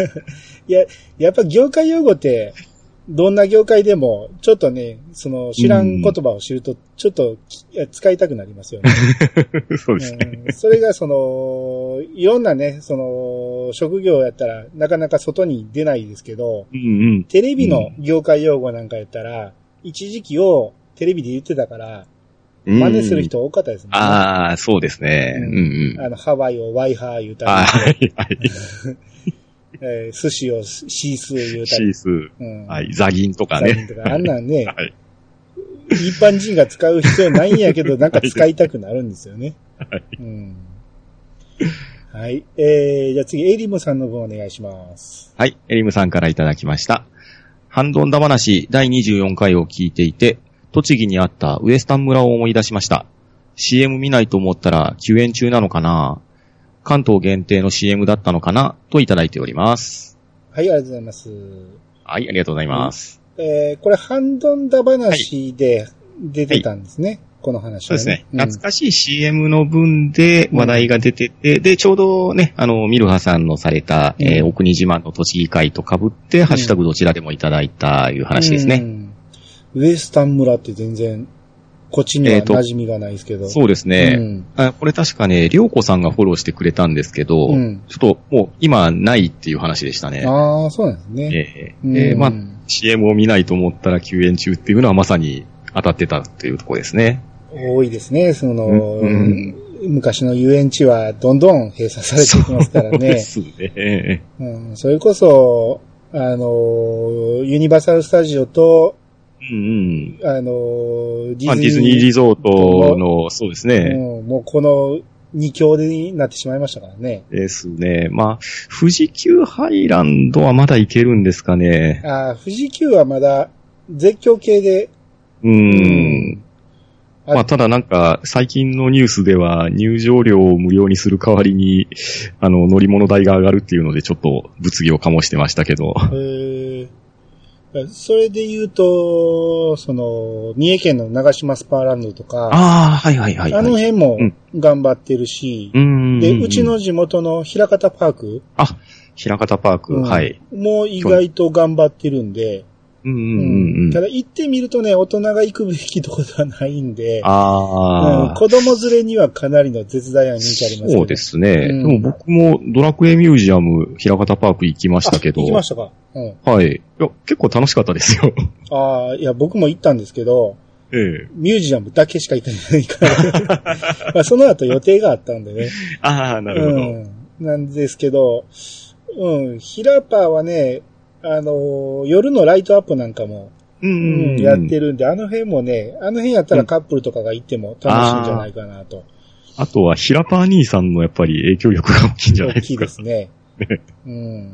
いや、やっぱ業界用語って、どんな業界でも、ちょっとね、その知らん言葉を知ると、ちょっと使いたくなりますよね。 そうですね、 うん。それがその、いろんなね、その、職業やったら、なかなか外に出ないですけど、うんうん、テレビの業界用語なんかやったら、うん、一時期をテレビで言ってたから、真似する人多かったですね。 うん、ああ、そうですね。うんうん、 あの、ハワイをワイハー言うたり。はい、はい。えー、寿司をシースー言うたり。 シースー。うん、はい。ザギンとかね。 ザギンとか。あんなんね。はい。 一般人が使う必要ないんやけど、なんか使いたくなるんですよね。 はい。 うん、はい。えー、じゃあ次、エリムさんの分お願いします。 はい。エリムさんからいただきました。ハンドンダ話だいにじゅうよんかいを聞いていて、栃木にあったウエスタン村を思い出しました。シーエム 見ないと思ったら休園中なのかな？関東限定の シーエム だったのかなといただいております。 はい、ありがとうございます。 はい、ありがとうございます。 うん、えー、これ、ハンドンダ話で出てたんですね。はい、この話はね。 そうですね、うん。懐かしい シーエム の分で話題が出てて、うん、で、ちょうどね、あの、ミルハさんのされた、うん、えー、お国自慢の栃木会と被って、うん、ハッシュタグどちらでもいただいたいう話ですね。うん、 ウエスタン村って全然、こっちには馴染みがないですけど。 えー、そうですね、うん、あ。これ確かね、りょうこさんがフォローしてくれたんですけど、うん、ちょっともう今ないっていう話でしたね。 ああ、そうなんですね。 えー、うん、えー、まあ、シーエム を見ないと思ったら休園中っていうのはまさに当たってたっていうところですね。 多いですね。その、うん、昔の遊園地はどんどん閉鎖されていきますからね。そうですね。 うん、それこそ、あの、ユニバーサルスタジオと、 うんうん、 あの、ディズニー、 まあ、ディズニーリゾートの、そうですね、 うん。もうこの二強になってしまいましたからね。 ですね。まあ、富士急ハイランドはまだいけるんですかね。 ああ、富士急はまだ絶叫系で。 うーん。うんまあ、ただなんか、最近のニュースでは入場料を無料にする代わりに、あの、乗り物代が上がるっていうのでちょっと物議を醸してましたけど。 へー。それで言うと、その、三重県の長島スパーランドとか、 ああ、はいはいはい、はい。 あの辺も頑張ってるし、うん、で、うちの地元の平方パーク。 あ、平方パーク、うん、はい。 もう意外と頑張ってるんで、 うんうんうんうん、 ただ行ってみるとね、大人が行くべきところではないんで、 あうん、子供連れにはかなりの絶大な人気ありますね。 そうですね、うん。でも僕もドラクエミュージアム平方パーク行きましたけど。 行きましたか、うん、 はい。いや、結構楽しかったですよ。 ああ、いや、僕も行ったんですけど、 ええ、 ミュージアムだけしか行ってないから。まあその後予定があったんでね。 ああ、なるほど、うん。 なんですけど、うん、平パーはね、あのー、夜のライトアップなんかも、 うんうんうん、 やってるんで、あの辺もね、あの辺やったらカップルとかが行っても楽しいんじゃないかなと。 あ, あとは、ヒラパー兄さんのやっぱり影響力が大きいんじゃないですか。 大きいですね。うん。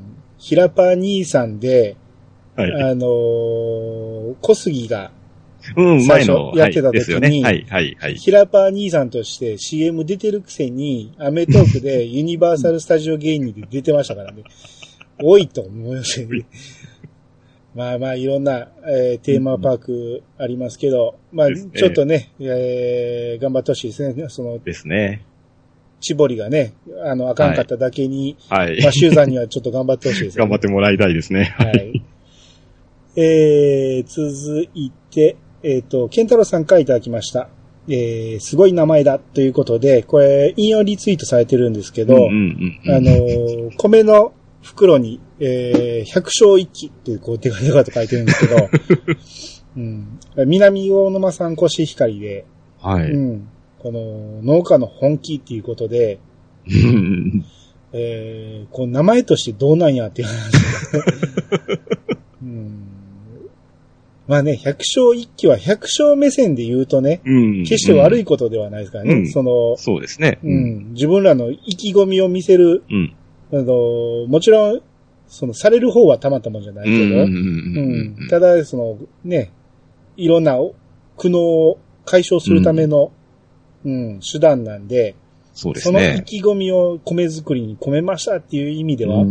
ヒラパー兄さんで、はい、あのー、小杉が、 うん、 最初やってた時に、 はい、はい、はい。 ヒラパー兄さんとして シーエム 出てるくせに、アメトークでユニバーサルスタジオ芸人で出てましたからね。多いと思いますね。まあまあいろんな、えー、テーマパークありますけど、まあちょっとね、えー、頑張ってほしいですね。そのですね。 絞りがね、あの、あかんかっただけに、 はい。 まあ、シューザーにはちょっと頑張ってほしいですね。 頑張ってもらいたいですね。 はい。えー、続いて、えっ、ー、と、ケンタロウさんからいただきました。えー、すごい名前だということで、これ、引用リツイートされてるんですけど、うんうんうん、あの、米の袋に、えー、百姓一揆っていうこう、手が手がと書いてるんですけど、うん、南大沼産コシヒカリで、 はい。 うん、この農家の本気っていうことで、えー、この名前としてどうなんやっていう話、うん。まあね、百姓一揆は百姓目線で言うとね、うん、決して悪いことではないですからね。うん、その、 そうですね、 うん。自分らの意気込みを見せる、うん、あのもちろん、その、される方はたまったもんじゃないけど、うん、ただ、その、ね、いろんな苦悩を解消するための、うん、うん、手段なんで、 そうですね。 その意気込みを米作りに込めましたっていう意味では、うん、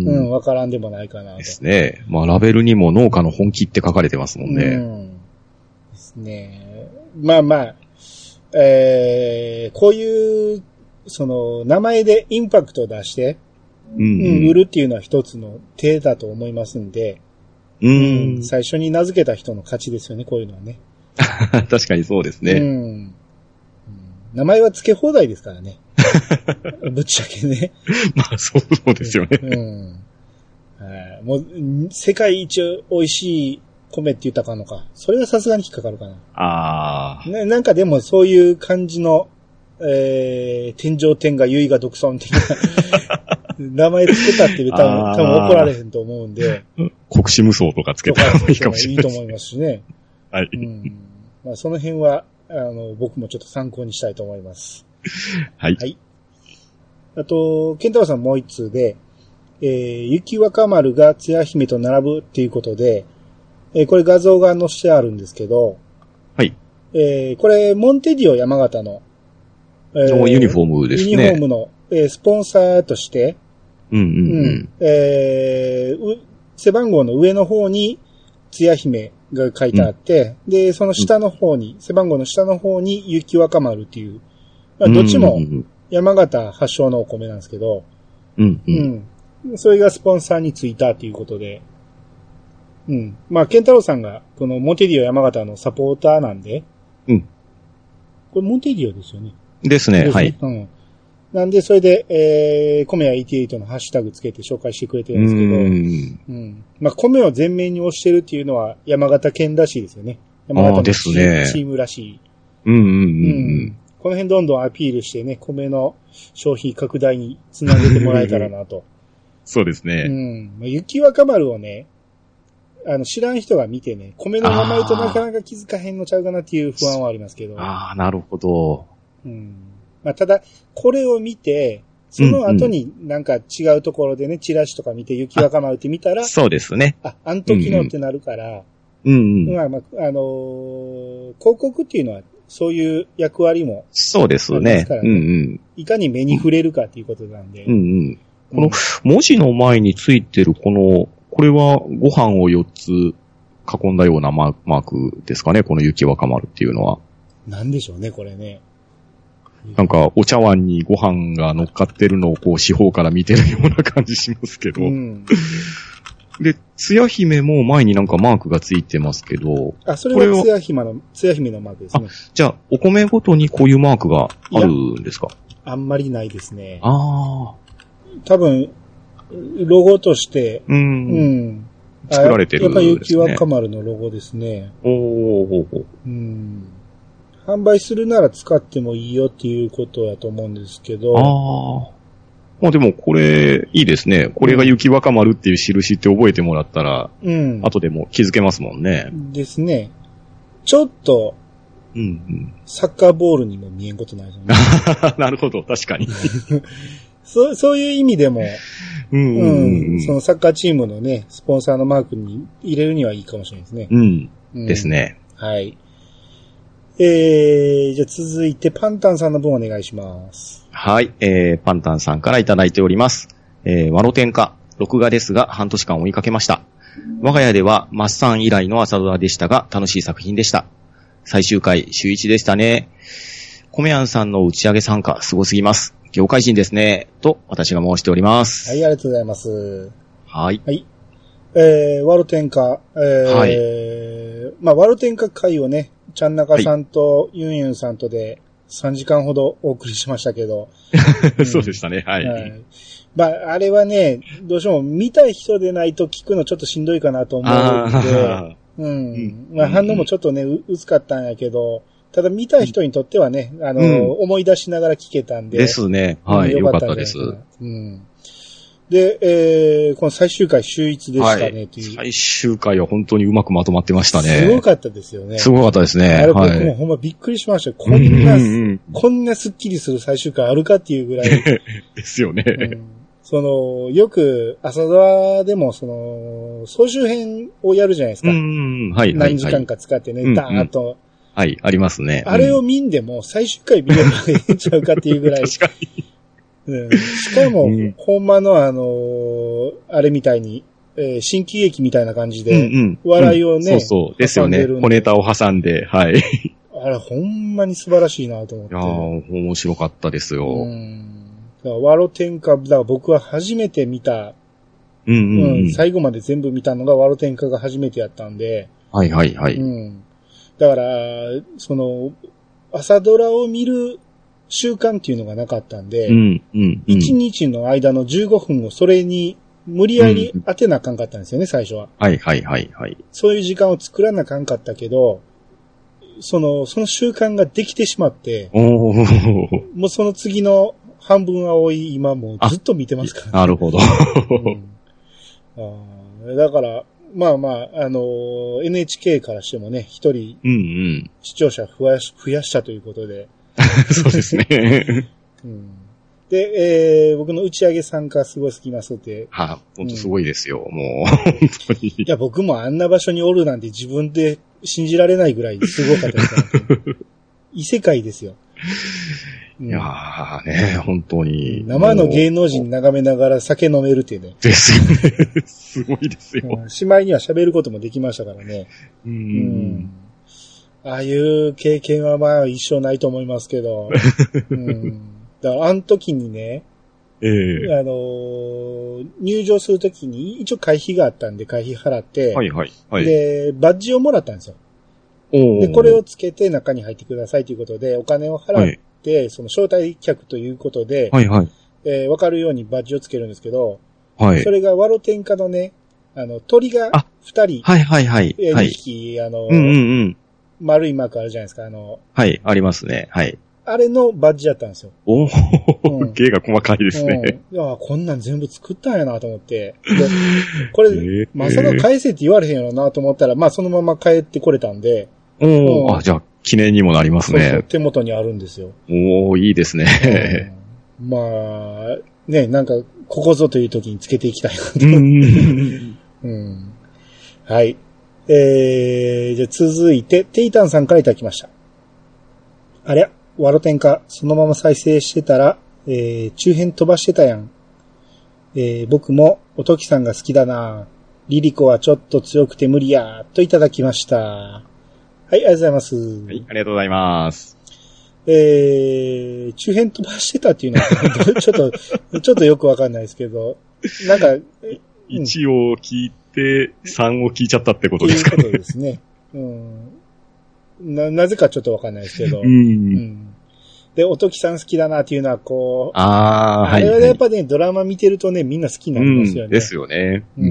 うん、わからんでもないかなと。 ですね。まあ、ラベルにも農家の本気って書かれてますもんね。うん。 ですね。まあまあ、えー、こういう、その、名前でインパクトを出して、うん、うん、売るっていうのは一つの手だと思いますんで、 うん、うん、 最初に名付けた人の勝ちですよね、こういうのはね。 確かにそうですね。 うん名前は付け放題ですからね。ぶっちゃけね。 まあ、そうですよね。 うん。はいもう、世界一美味しい米って言ったかのか。それがさすがに引っかかるかな。 ああ。 な, なんかでもそういう感じの、えー、天上天下唯我独尊的な名前付けたって多分、多分怒られへんと思うんで。 国士無双とか付けたらいいかもしれない。 いいと思いますしね。 はい。 うんまあ、その辺は、あの、僕もちょっと参考にしたいと思います。 はい。 はい。あと、ケンタロウさんもう一通で、えー、雪若丸がつや姫と並ぶっていうことで、えー、これ画像が載せてあるんですけど、 はい。 えー、これ、モンテディオ山形の、 えー、ユニフォームですね。 ユニフォームの、えー、スポンサーとして、 うんうんうん。うん、 えー、背番号の上の方に、つや姫が書いてあって、うん、で、その下の方に、うん、背番号の下の方に、雪若丸っていう、まあ、どっちも、山形発祥のお米なんですけど、 うんうん。 うん。それがスポンサーについたということで、うん。まあ、ケンタロウさんが、このモンテディオ山形のサポーターなんで、 うん。 これモンテディオですよね。 ですね、ですね、はい。 うん。なんで、それで、えー、米屋はちじゅうはちのハッシュタグつけて紹介してくれてるんですけど、うん。うん。まあ、米を全面に推してるっていうのは山形県らしいですよね。山形のですね、 チームらしい。 うんうんうん。うん、 この辺どんどんアピールしてね、米の消費拡大につなげてもらえたらなと。 そうですね。 うん。雪若丸をね、あの、知らん人が見てね、米の名前となかなか気づかへんのちゃうかなっていう不安はありますけど。 ああ、なるほど。 うん。まあ、ただ、これを見て、その後になんか違うところでね、チラシとか見て雪若丸って見たら、 そうですね。 あ、あん時のってなるから、 うんうん。 まあまあ、あのー、広告っていうのはそういう役割も、 そうですね。うんうん。 いかに目に触れるかっていうことなんで。 うんうん。この文字の前についてるこの、これはご飯をよっつ囲んだようなマークですかね、この雪若丸っていうのは。 なんでしょうね、これね。 なんか、お茶碗にご飯が乗っかってるのをこう、四方から見てるような感じしますけど。うん、で、つや姫も前になんかマークがついてますけど。 あ、それはつや姫の、つや姫のマークですね。 あ、じゃあ、お米ごとにこういうマークがあるんですか？ あんまりないですね。 ああ。 多分、ロゴとして、 うん。うん。作られてるんですね。やっぱ雪若丸のロゴですね。 おーおー。 うん。販売するなら使ってもいいよっていうことだと思うんですけど。 ああ。まあでもこれ、いいですね。これが雪若丸っていう印って覚えてもらったら、うん。後でも気づけますもんね。 ですね。ちょっと、 うんうん。 サッカーボールにも見えんことないですよね。 なるほど、確かに。 そう、そういう意味でも、 うんうんうんうん、 そのサッカーチームのね、スポンサーのマークに入れるにはいいかもしれないですね。 うん。うん、ですね。 はい。えー、じゃあ続いてパンタンさんの分お願いします。 はい、えー、パンタンさんからいただいております。えー、ワロテンカ、録画ですが半年間追いかけました。我が家ではマッサン以来の朝ドラでしたが楽しい作品でした。最終回、週一でしたね。コメヤンさんの打ち上げ参加、すごすぎます。業界人ですね。と、私が申しております。 はい、ありがとうございます。 はい。 はい。えー、ワロテンカ、えー、はい。まあ、ワロテンカ会をね、ちゃんなかさんとユンユンさんとでさんじかんほどお送りしましたけど。 うん、そうでしたね、はい。はい、 まあ、あれはね、どうしても見たい人でないと聞くのちょっとしんどいかなと思うので、うん。まあ、反応もちょっとね、薄かったんやけど、ただ見たい人にとってはね、あの、うん、思い出しながら聞けたんで。 ですね。はい、よかったです。 うん。で、えー、この最終回秀逸でしたね、はい、 という。最終回は本当にうまくまとまってましたね。 すごかったですよね。 すごかったですね。 あれ僕もほんまびっくりしました。こんな、うんうん、こんなスッキリする最終回あるかっていうぐらい。 ですよね。うん、 その、よく朝ドラでもその、総集編をやるじゃないですか。 うんうん、はい、はい。 何時間か使ってね、うんうん、ダーッと。 はい、ありますね。 あれを見んでも最終回見ればいいんちゃうかっていうぐらい。 確かに。 うん、しかも、うん、ほんまのあのー、あれみたいに、えー、新喜劇みたいな感じで、うんうん、笑いをね、 うん、そうそう、ですよね。小ネタを挟んで、はい。 あれ、ほんまに素晴らしいなと思って。 いやー、面白かったですよ。 うん。だからワロテンカ、だから僕は初めて見た、 うんうんうんうん、 最後まで全部見たのがワロテンカが初めてやったんで、 はいはいはい。 うん。だから、その、朝ドラを見る習慣っていうのがなかったんで、 うんうんうん、 いちにちの間のじゅうごふんをそれに無理やり当てなあかんかったんですよね、最初は。 はいはいはいはい。 そういう時間を作らなあかんかったけど、その、その習慣ができてしまって、 おもうその次の半分は多い今もうずっと見てますから、ね。 なるほど、 うん、あ。だから、 まあまあ、あのー、エヌエイチケー からしてもね、一人、視聴者増やし、増やしたということで。 そうですね。 うん、で、えー、僕の打ち上げ参加すごい好きますって。 はあ、ほんとすごいですよ、うん、もう、本当に。いや、僕もあんな場所におるなんて自分で信じられないぐらいすごかったですから、ね。異世界ですよ。 いやーね、本当に。 生の芸能人眺めながら酒飲めるってね。 ですよね。すごいですよ。 しまいには喋ることもできましたからね。 うん、うん。 ああいう経験はまあ一生ないと思いますけど。うん、だからあの時にね、 えー、 あのー、入場するときに一応会費があったんで会費払って、 はいはいはい、 で、バッジをもらったんですよ。で、これをつけて中に入ってくださいということで、お金を払って、はい、その招待客ということで、 はいはい、 えー、わかるようにバッジをつけるんですけど、 はい、 それがワロテンカのね、あの、鳥が二人、 はいはいはい、 えー、にひき、あの、 うんうんうん、 丸いマークあるじゃないですか、あの、 はい、ありますね、はい。 あれのバッジだったんですよ。 おー、うん、芸が細かいですね。 うん、いや、こんなん全部作ったんやなと思って。で、これ、えー、まさか返せって言われへんやろなと思ったら、まあそのまま帰ってこれたんで、 おー、うん、あ、じゃあ、記念にもなりますね。 そうそう、手元にあるんですよ。 おー、いいですね。 うん、まあ、ね、なんか、ここぞという時につけていきたいなと。 うん、 うん。はい。えー、じゃあ続いて、テイタンさんからいただきました。ありゃ、ワロテンカ、そのまま再生してたら、えー、中編飛ばしてたやん。えー、僕も、おときさんが好きだな。リリコはちょっと強くて無理や、といただきました。はい、ありがとうございます。 はい、ありがとうございます。 えー、中編飛ばしてたっていうのは、ちょっと、ちょっとよくわかんないですけど、なんか、 いちを聞いて、さんを聞いちゃったってことですかね。 ということですね。うん。な、なぜかちょっとわかんないですけど。 うん。うん、 で、おときさん好きだなっていうのは、こう、 ああ、はい。 あれはやっぱね、ドラマ見てるとね、みんな好きになりますよね。 うん、ですよね。 うん。うん、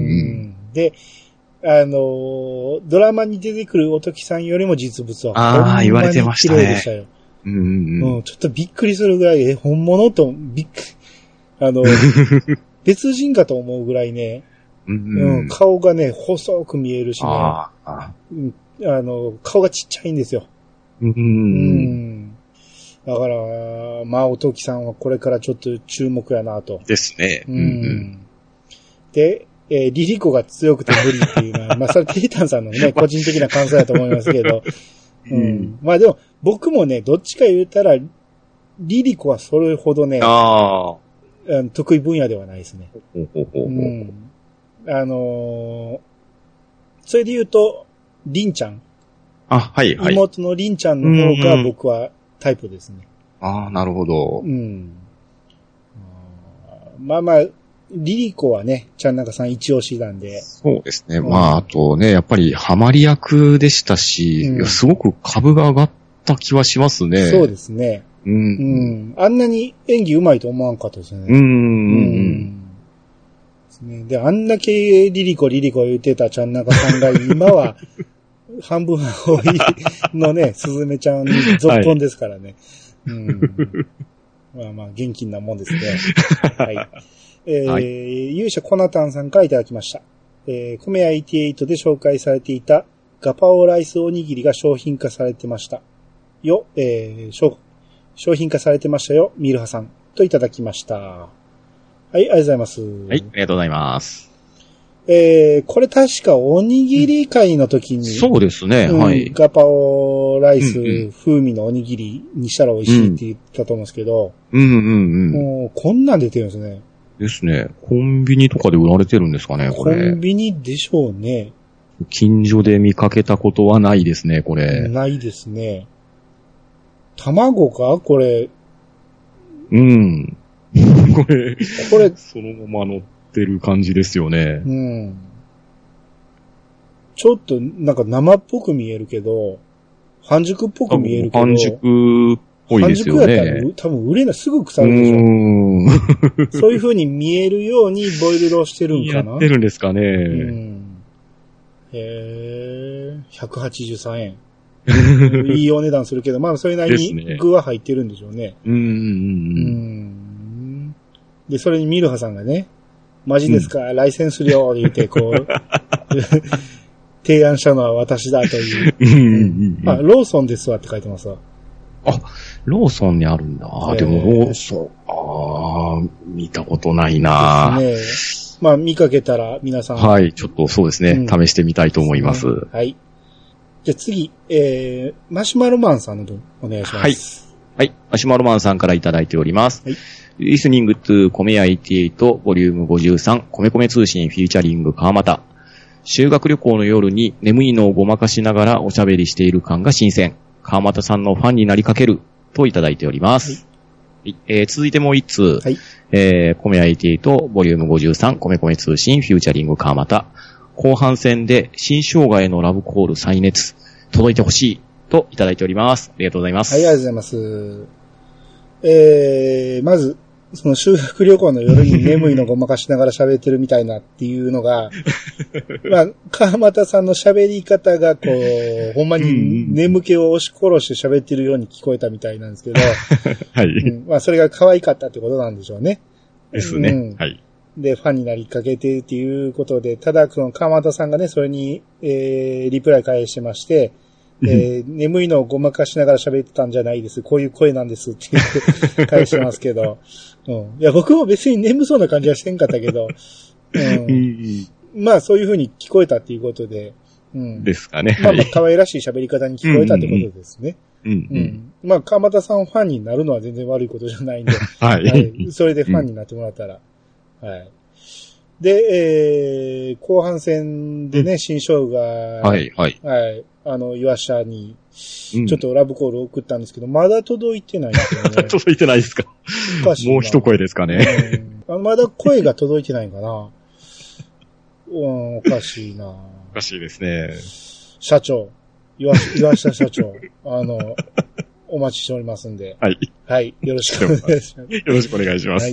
で、あのー、ドラマに出てくるおときさんよりも実物は、 ああ、言われてましたね。 綺麗でしたよ。 うんうん、 うん。ちょっとびっくりするぐらい、え、本物と、びっくり、あの、別人かと思うぐらいね、 うんうんうん、顔がね、細く見えるしね。 ああ、 うん、あの、顔がちっちゃいんですよ。 うん、うん。 だから、まあ、おときさんはこれからちょっと注目やなと。 ですね。 うん。うん、で、えー、リリコが強くて無理っていうのは、まあ、それテイタンさんのね、個人的な感想だと思いますけど。うん。まあでも、僕もね、どっちか言ったら、リリコはそれほどね、 ああ得意分野ではないですね。 ほうほうほうほう。うん、 あのー、それで言うと、リンちゃん。 あ、はいはい。 妹のリンちゃんの方が僕はタイプですね。 うんうん、ああ、なるほど。 うん。まあまあ、リリコはね、ちゃんなかさん一押しなんで。 そうですね。うん、まあ、あとね、やっぱりハマり役でしたし、うん、すごく株が上がった気はしますね。 そうですね。 うん。 うん。あんなに演技上手いと思わんかったですね。 うん。うんうん。で、あんだけリリコリリコ言ってたちゃんなかさんが今は半分多いのね、すずめちゃんに続婚ですからね。はい、うん。まあまあ元気なもんですね。はい。えー、はい、勇者コナタンさんからいただきました。えー、コメヤはちじゅうはちで紹介されていたガパオライスおにぎりが商品化されてました。よ、えー、商、商品化されてましたよ、ミルハさん。といただきました。はい、ありがとうございます。 はい、ありがとうございます。 えー、これ確かおにぎり会の時に、うん、 そうですね、 うん、 はい。 ガパオライス風味のおにぎりにしたら美味しいって言ったと思うんですけど、 うんうんうん。 もうこんなん出てるんですね。 ですね。コンビニとかで売られてるんですかね、これ。 コンビニでしょうね。 近所で見かけたことはないですね、これ。 ないですね。卵かこれ。 うん。これ、 これ、 そのまま乗ってる感じですよね。 うん。ちょっとなんか生っぽく見えるけど、半熟っぽく見えるけど。 半熟っぽいですよね。 半熟やったら多分売れない、すぐ腐るでしょ。うんそういう風に見えるようにボイルドしてるんかな。 やってるんですかね。 うん、へー、ひゃくはちじゅうさんえん。いいお値段するけど、まあそれなりに具は入ってるんでしょうね。 うんうんうん。 うんで、それにミルハさんがね、マジですか、うん、ライセンス料で言って、こう、 提案したのは私だという。 うんうんうん、 あ、ローソンですわって書いてますわ。 あ、ローソンにあるんだ。あ、えー、でもローソン、ああ、見たことないなですね。まあ見かけたら皆さん。 はい、ちょっとそうですね、うん、試してみたいと思います。 ね、はい。じゃあ次、えー、マシュマロマンさんの分お願いします。 はい。はい。マシュマロマンさんからいただいております。はい。リスニングトゥコメアイティエイトボリュームごじゅうさんコメコメ通信フィーチャリング川又。修学旅行の夜に眠いのをごまかしながらおしゃべりしている感が新鮮。川又さんのファンになりかけるといただいております。はい。えー、続いてもう一通。はい。えー、コメアイティエイトボリュームごじゅうさんコメコメ通信フューチャリング川又。後半戦で新生姜へのラブコール再熱。届いてほしいといただいております。ありがとうございます。 はい、ありがとうございます。えー、まず、その修学旅行の夜に眠いのごまかしながら喋ってるみたいなっていうのが、まあ、川又さんの喋り方がこう、ほんまに眠気を押し殺して喋ってるように聞こえたみたいなんですけど、 はい、 うん。まあ、それが可愛かったってことなんでしょうね。 ですね。 うん、 はい。 で、ファンになりかけてっていうことで、ただ、その川又さんがね、それに、えー、リプライ返してまして、えー、眠いのをごまかしながら喋ってたんじゃないです。こういう声なんですって言って返してますけど。うん。いや、僕も別に眠そうな感じはしてんかったけど。うん。まあ、そういう風に聞こえたっていうことで。うん。 ですかね。 まあまあ、可愛らしい喋り方に聞こえたってことですね。うん、うん。うん。まあ、川又さんファンになるのは全然悪いことじゃないんで。 はい、はい。 それでファンになってもらったら。うん、はい。で、えー、後半戦でね、うん、新生姜。 はい、はい。 はい。あの、岩下に、ちょっとラブコールを送ったんですけど、うん、まだ届いてないんですよね。 まだ届いてないですか。おかしいな。もう一声ですかね。 うん、まだ声が届いてないんかな。うん、おかしいな。 おかしいですね。 社長、岩、岩下社長、あの、お待ちしておりますんで。 はい。 はい。よろしくお願いします。 よろしくお願いします。はい。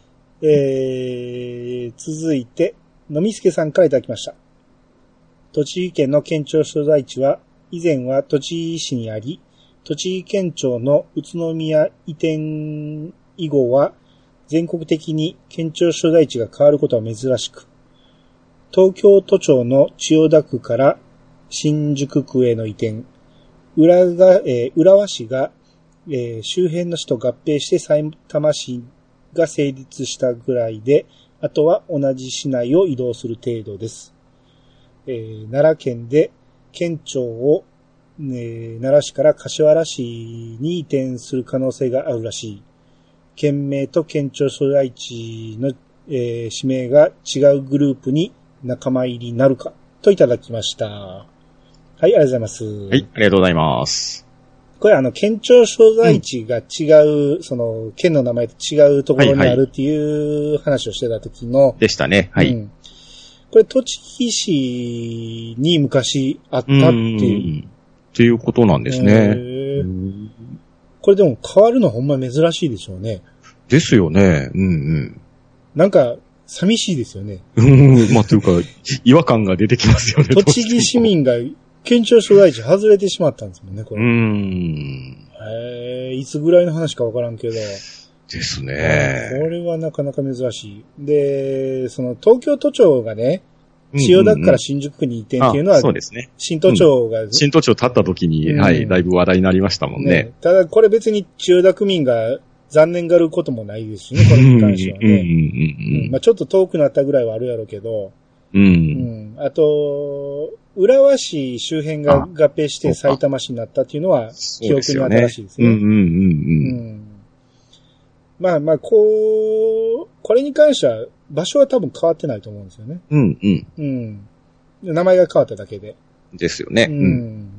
えー、続いて、のみすけさんからいただきました。栃木県の県庁所在地は、以前は栃木市にあり、栃木県庁の宇都宮移転以後は、全国的に県庁所在地が変わることは珍しく、東京都庁の千代田区から新宿区への移転、浦が、えー、浦和市が、えー、周辺の市と合併して埼玉市が成立したぐらいで、あとは同じ市内を移動する程度です。えー、奈良県で県庁を、ね、奈良市から柏原市に移転する可能性があるらしい。県名と県庁所在地の、えー、氏名が違うグループに仲間入りになるかといただきました。はい、ありがとうございます。 はい、ありがとうございます。 これあの、県庁所在地が違う、うん、その、県の名前と違うところにあるっていう話をしてた時の。はいはい、 でしたね。はい。うん、 これ、栃木市に昔あったっていう。 っていうことなんですね。 これでも変わるのはほんま珍しいでしょうね。 ですよね。うんうん。 なんか、寂しいですよね。 うん、まあ、というか、違和感が出てきますよね。 栃木市民が県庁所在地外れてしまったんですもんね、これ。 うーん。 へー、いつぐらいの話かわからんけど。 ですね。 これはなかなか珍しい。で、その東京都庁がね、千代田区から新宿区に移転っていうのは、うんうんうん、そうですね。新都庁が、うん、 新都庁立った時に、うん、はい、だいぶ話題になりましたもんね。ね、 ただこれ別に千代田区民が残念がることもないですしね、これに関してはね。うんうんうんうん、まあちょっと遠くなったぐらいはあるやろうけど、 うん。うん。 あと、浦和市周辺が合併して埼玉市になったっていうのは記憶に新しいですね。うんうんうんうん。うん、まあまあ、こう、これに関しては場所は多分変わってないと思うんですよね。 うんうん。 うん。名前が変わっただけで。 ですよね。 うん。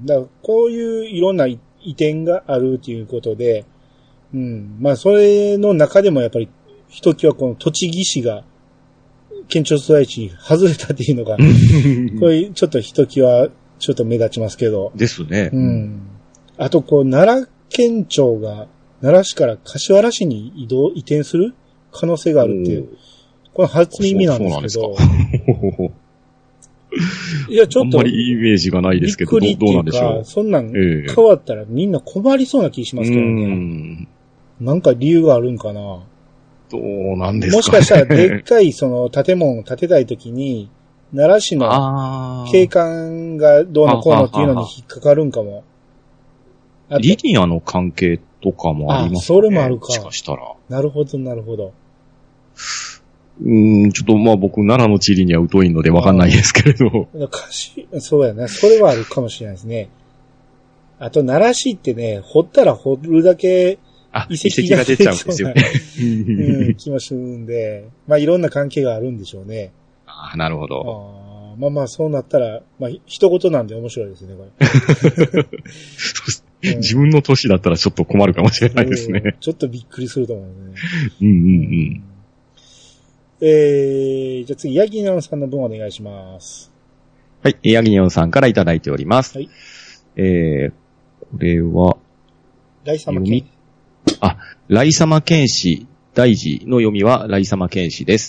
だからこういういろんな移転があるということで、うん。まあそれの中でもやっぱりひときわこの栃木市が県庁所在地に外れたっていうのが、これちょっとひときわちょっと目立ちますけど。 ですね。 うん。あとこう奈良県庁が奈良市から柏原市に移動、移転する可能性があるっていう。これ初耳なんですけど。そうなんですか。いや、ちょっと。 あんまりイメージがないですけど、どうなんでしょう。 そんなん変わったらみんな困りそうな気しますけどね。うん、なんか理由があるんかな。 どうなんですかね。 もしかしたらでっかいその建物を建てたいときに、 奈良市の景観がどうのこうのっていうのに引っかかるんかも。 リニアの関係とかもありますね。あ、 それもあるか。 もしかしたら。 なるほど、なるほど。 うーん、ちょっとまあ僕、奈良の地理には疎いのでわかんないですけれど。 歌詞、そうやね。それはあるかもしれないですね。あと、奈良市ってね、掘ったら掘るだけ遺跡が出ちゃうんですよね。うん、気もするんで、まあいろんな関係があるんでしょうね。 ああ、なるほど。 あまあまあそうなったら、まあ一言なんで面白いですね、これ。うん、自分の年だったらちょっと困るかもしれないですね。 ちょっとびっくりすると思うね。 うんうんうん。 えー、じゃあ次、ヤギニョンさんの分お願いします。 はい、ヤギニョンさんからいただいております。 はい。 えー、これは、 ライサマ剣士。あ、ライサマ剣士大事の読みはライサマ剣士です。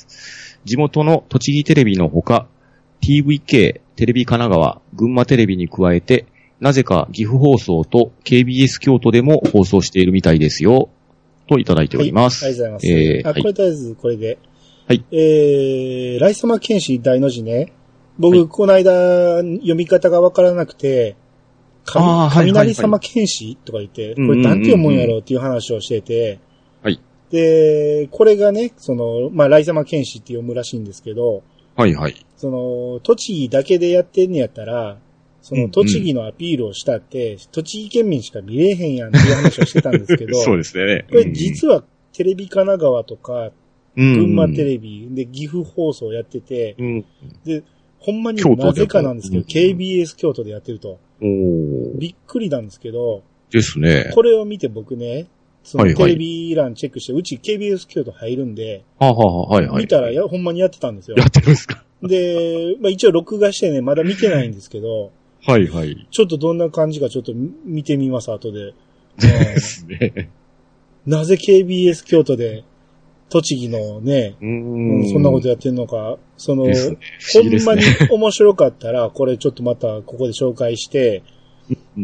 地元の栃木テレビのほか、ティーブイケー、テレビ神奈川、群馬テレビに加えて、なぜか岐阜放送と ケービーエス 京都でも放送しているみたいですよ。といただいております。 はい、ありがとうございます。えー、あ、これとりあえずこれで。はい。えー、ライサマ剣士大の字ね。僕、はい、この間、読み方がわからなくて、か雷様剣士とか言って、これなんて読むんやろうっていう話をしてて、 はい。 で、これがね、その、まあ、ライサマ剣士って読むらしいんですけど、 はいはい。 その、栃木だけでやってんねやったら、その、栃木のアピールをしたって、うんうん、栃木県民しか見れへんやんっていう話をしてたんですけど、 そうですね。 これ実はテレビ神奈川とか、群馬テレビで岐阜放送やってて、うん、で、ほんまになぜかなんですけど、ケービーエス 京都でやってると。 おびっくりなんですけど。 ですね。 これを見て僕ね、そのテレビ欄チェックして、はいはい、うち ケービーエス 京都入るんで、 はあはあはいはい、 見たらや、ほんまにやってたんですよ。 やってるんですか。 で、まあ一応録画してね、まだ見てないんですけど、 はいはい。 ちょっとどんな感じかちょっと見てみます、後で。 ですね。 なぜ ケービーエス 京都で、栃木のね、 うーんそんなことやってんのか、その、ね、ほんまに面白かったら、これちょっとまたここで紹介して、うん、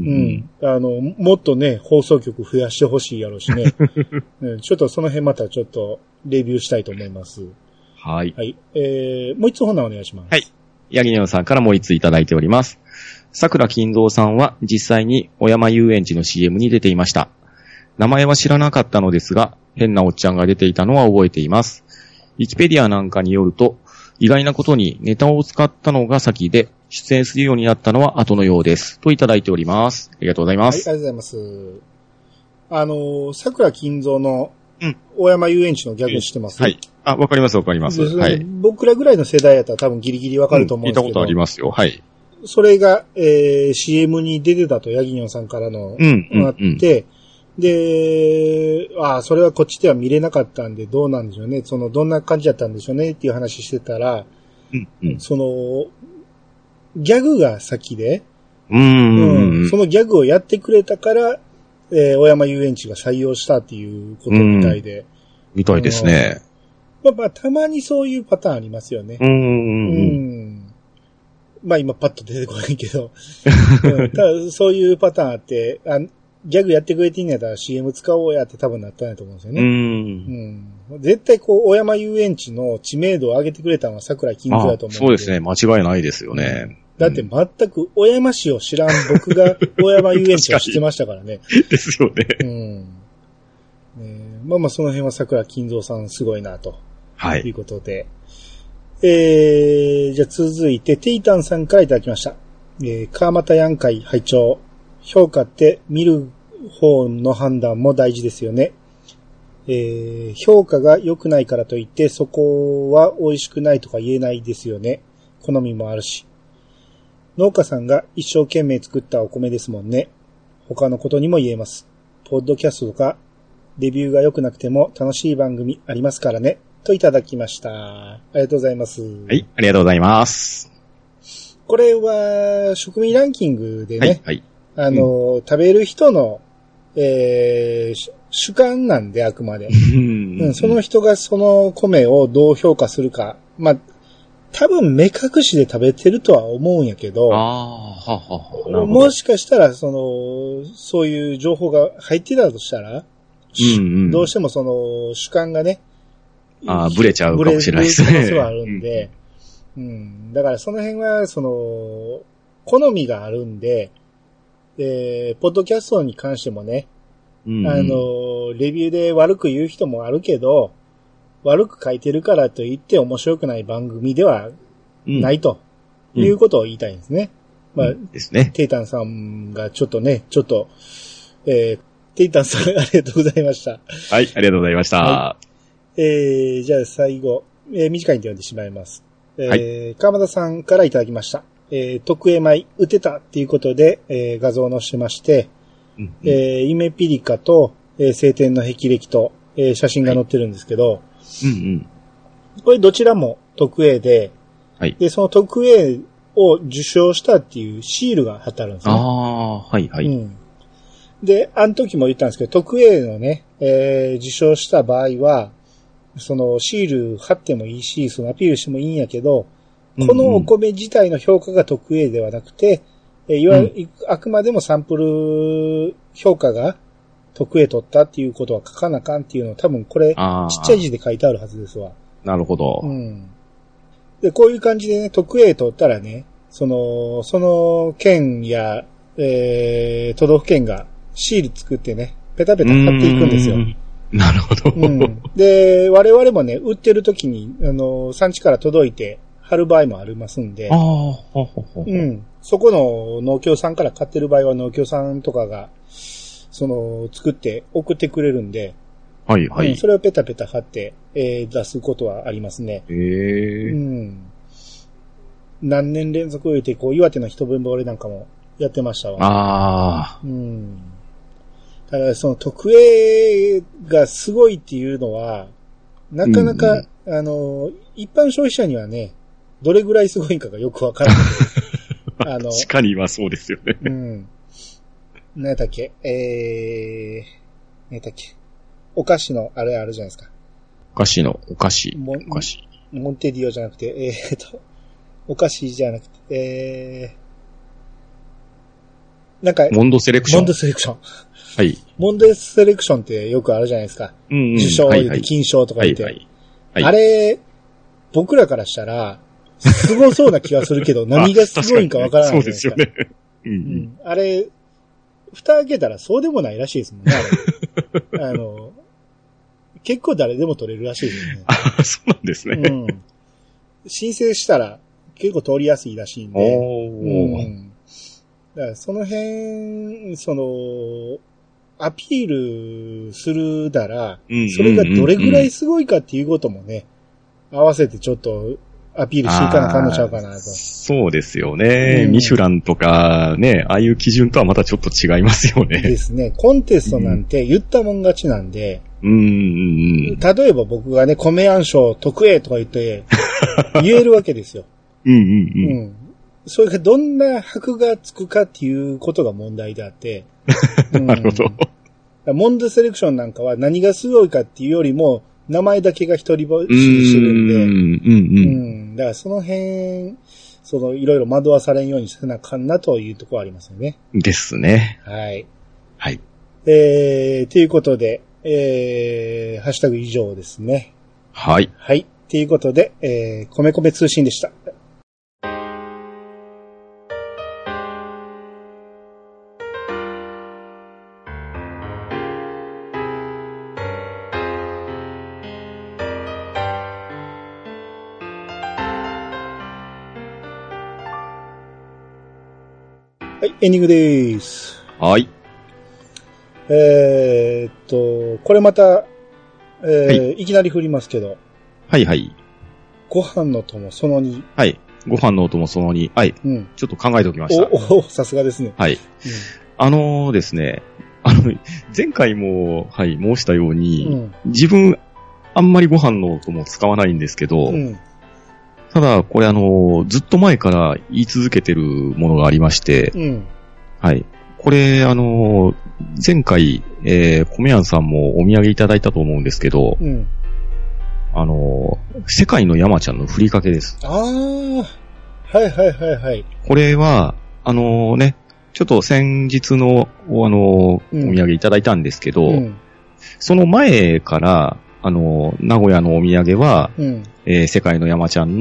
うん、あの、もっとね、放送局増やしてほしいやろうしね、うん。ちょっとその辺またちょっとレビューしたいと思います。 はい。 はい。えー、もう一つ本題お願いします。 はい。ヤギニョンさんからもう一ついただいております。桜金蔵さんは実際に小山遊園地の シーエム に出ていました。名前は知らなかったのですが、変なおっちゃんが出ていたのは覚えています。ウィキペディアなんかによると、意外なことにネタを使ったのが先で、出演するようになったのは後のようです。といただいております。ありがとうございます。 はい、ありがとうございます。あの、桜金蔵の、大山遊園地のギャグ知ってます、 うん、はい。あ、わかりますわかります。はい。 僕らぐらいの世代やったら多分ギリギリわかると思うんですけど、 うん、聞いたことありますよ。はい。 それが、えー、シーエム に出てたと、ヤギニョンさんからの、 うん、うん、 あって、で、ああ、それはこっちでは見れなかったんでどうなんでしょうね。その、どんな感じだったんでしょうねっていう話してたら、 うんうん、 その、ギャグが先で、 うんうんうん、 そのギャグをやってくれたから、えー、小山遊園地が採用したっていうことみたいで。 みたいですね。 まあまあ、たまにそういうパターンありますよね。 うんうんうんうんまあ今パッと出てこないけど、うん、ただそういうパターンあって、あギャグやってくれてんやったら シーエム 使おうやって多分なったんやと思うんですよね。 うんうん、絶対こう、小山遊園地の知名度を上げてくれたのは桜金蔵だと思うんで。 そうですね。間違いないですよね。 だって全く小山市を知らん僕が小山遊園地を知ってましたからね。 ですよね。 うん。ね、まあまあその辺は桜金蔵さんすごいなと。 はい。 ということで。えー、じゃあ続いて、テイタンさんからいただきました。えー、川又ヤン会拝聴。評価って見る方の判断も大事ですよね。えー、評価が良くないからといってそこは美味しくないとか言えないですよね。好みもあるし。農家さんが一生懸命作ったお米ですもんね。他のことにも言えます。ポッドキャストとかレビューが良くなくても楽しい番組ありますからね。といただきました。ありがとうございます。 はい、ありがとうございます。 これは食味ランキングでね、 はいはい、 あの、うん、食べる人の、えー、主観なんであくまで、うん、その人がその米をどう評価するか、まあ多分目隠しで食べてるとは思うんやけど、 あーはははもしかしたらそのそういう情報が入ってたとしたら、うんうん、どうしてもその主観がね、 ああ、ブレちゃうかもしれないですね。 ブレる可能性はあるんで、 うん。だからその辺は、その、好みがあるんで、えー、ポッドキャストに関してもね、うんうん、あの、レビューで悪く言う人もあるけど、悪く書いてるからといって面白くない番組ではないと、うん、いうことを言いたいんですね。まあ、 ですね。 テイタンさんがちょっとね、ちょっと、えー、テイタンさんありがとうございました。 はい、ありがとうございました。はい、えー、じゃあ最後、えー、短いんで読んでしまいます。えー、はい、川田さんからいただきました。えー、特営米打てたっていうことで、えー、画像を載せまして、うんうん、えー、イメピリカと、えー、晴天の霹靂と、えー、写真が載ってるんですけど、はい、うんうん、これどちらも特営で、はい、で、その特営を受賞したっていうシールが貼ってあるんですね。 ああ、はいはい、うん。 で、あの時も言ったんですけど、特営のね、えー、受賞した場合は、そのシール貼ってもいいし、そのアピールしてもいいんやけど、このお米自体の評価が特 A ではなくて、えいわゆる、うん、あくまでもサンプル評価が特 A 取ったっていうことは書かなあかんっていうのは多分これちっちゃい字で書いてあるはずですわ。 なるほど。 うん。で、こういう感じでね、特 A 取ったらね、その、その県や、えー、都道府県がシール作ってね、ペタペタ貼っていくんですよ。 なるほど。 うん。で、我々もね、売ってる時に、あの、産地から届いて、貼る場合もありますんで、あほほほうん。そこの農協さんから買ってる場合は農協さんとかが、その、作って送ってくれるんで、 はいはい。うん、 それをペタペタ貼って、えー、出すことはありますね。 へー。 うん。何年連続言うて、こう、岩手の一分ぼれなんかもやってましたわ。 ああ。 うん。ただ、その特 A がすごいっていうのは、なかなか、うん、あの、一般消費者にはね、どれぐらいすごいかがよくわからない。 あの、確かにはそうですよね。 うん。何やったっけえー、何やったっけお菓子のあれあるじゃないですか。 お菓子の、お菓子。お菓子。 モンテディオじゃなくて、えーと、お菓子じゃなくて、えー、なんか、 モンドセレクション。 モンドセレクション。 はい。 モンドセレクションってよくあるじゃないですか。 うんうん、 受賞、はいはい、金賞とか言って。はいはいはい、あれ、僕らからしたら、すごそうな気がするけど、何がすごいんかわからないじゃないですか。 そうですよね。うん、うんうん。あれ、蓋開けたらそうでもないらしいですもんね、あれ。あの、結構誰でも取れるらしいですよね。 あ、そうなんですね。うん。 申請したら結構通りやすいらしいんで。 おー。うん。だからその辺、その、アピールするなら、それがどれぐらいすごいかっていうこともね、合わせてちょっとアピールしていかなあかんのちゃうかなと。 そうですよね、うん。ミシュランとかね、ああいう基準とはまたちょっと違いますよね。 ですね。コンテストなんて言ったもん勝ちなんで、 うんうんうん、 例えば僕がね、米庵賞特 A とか言って言えるわけですよ。 うんうんうん。うん。 それがどんな箔がつくかっていうことが問題であって。 うん、なるほど。 モンドセレクションなんかは何がすごいかっていうよりも、名前だけが一人ぼっちにしてるんで。うんうんうん。だからその辺、そのいろいろ惑わされんようにせなあかんなというところありますよね。 ですね。 はい。 はい。 えー、ということで、えー、ハッシュタグ以上ですね。 はい。 はい。ということで、えー、米米通信でした。はい、エンディングでーす。 はい。 えーっと、これまた、えーはい、いきなり振りますけど。 はいはい。 ご飯の友そのに。 はい。ご飯のお供そのに。はい。うん。ちょっと考えておきました。 お、お、さすがですね。 はい。うん、あのーですね、あの、前回も、はい、申したように、うん、自分、あんまりご飯のお供使わないんですけど、うん、ただ、これあの、ずっと前から言い続けてるものがありまして、うん、はい。これ、あの、前回、えー、米庵さんもお土産いただいたと思うんですけど、うん、あの、世界の山ちゃんのふりかけです。 ああ、はいはいはいはい。 これは、あのね、ちょっと先日の、あの、うん、お土産いただいたんですけど、うん、その前から、あの、名古屋のお土産は、うん、えー、世界の山ちゃんの、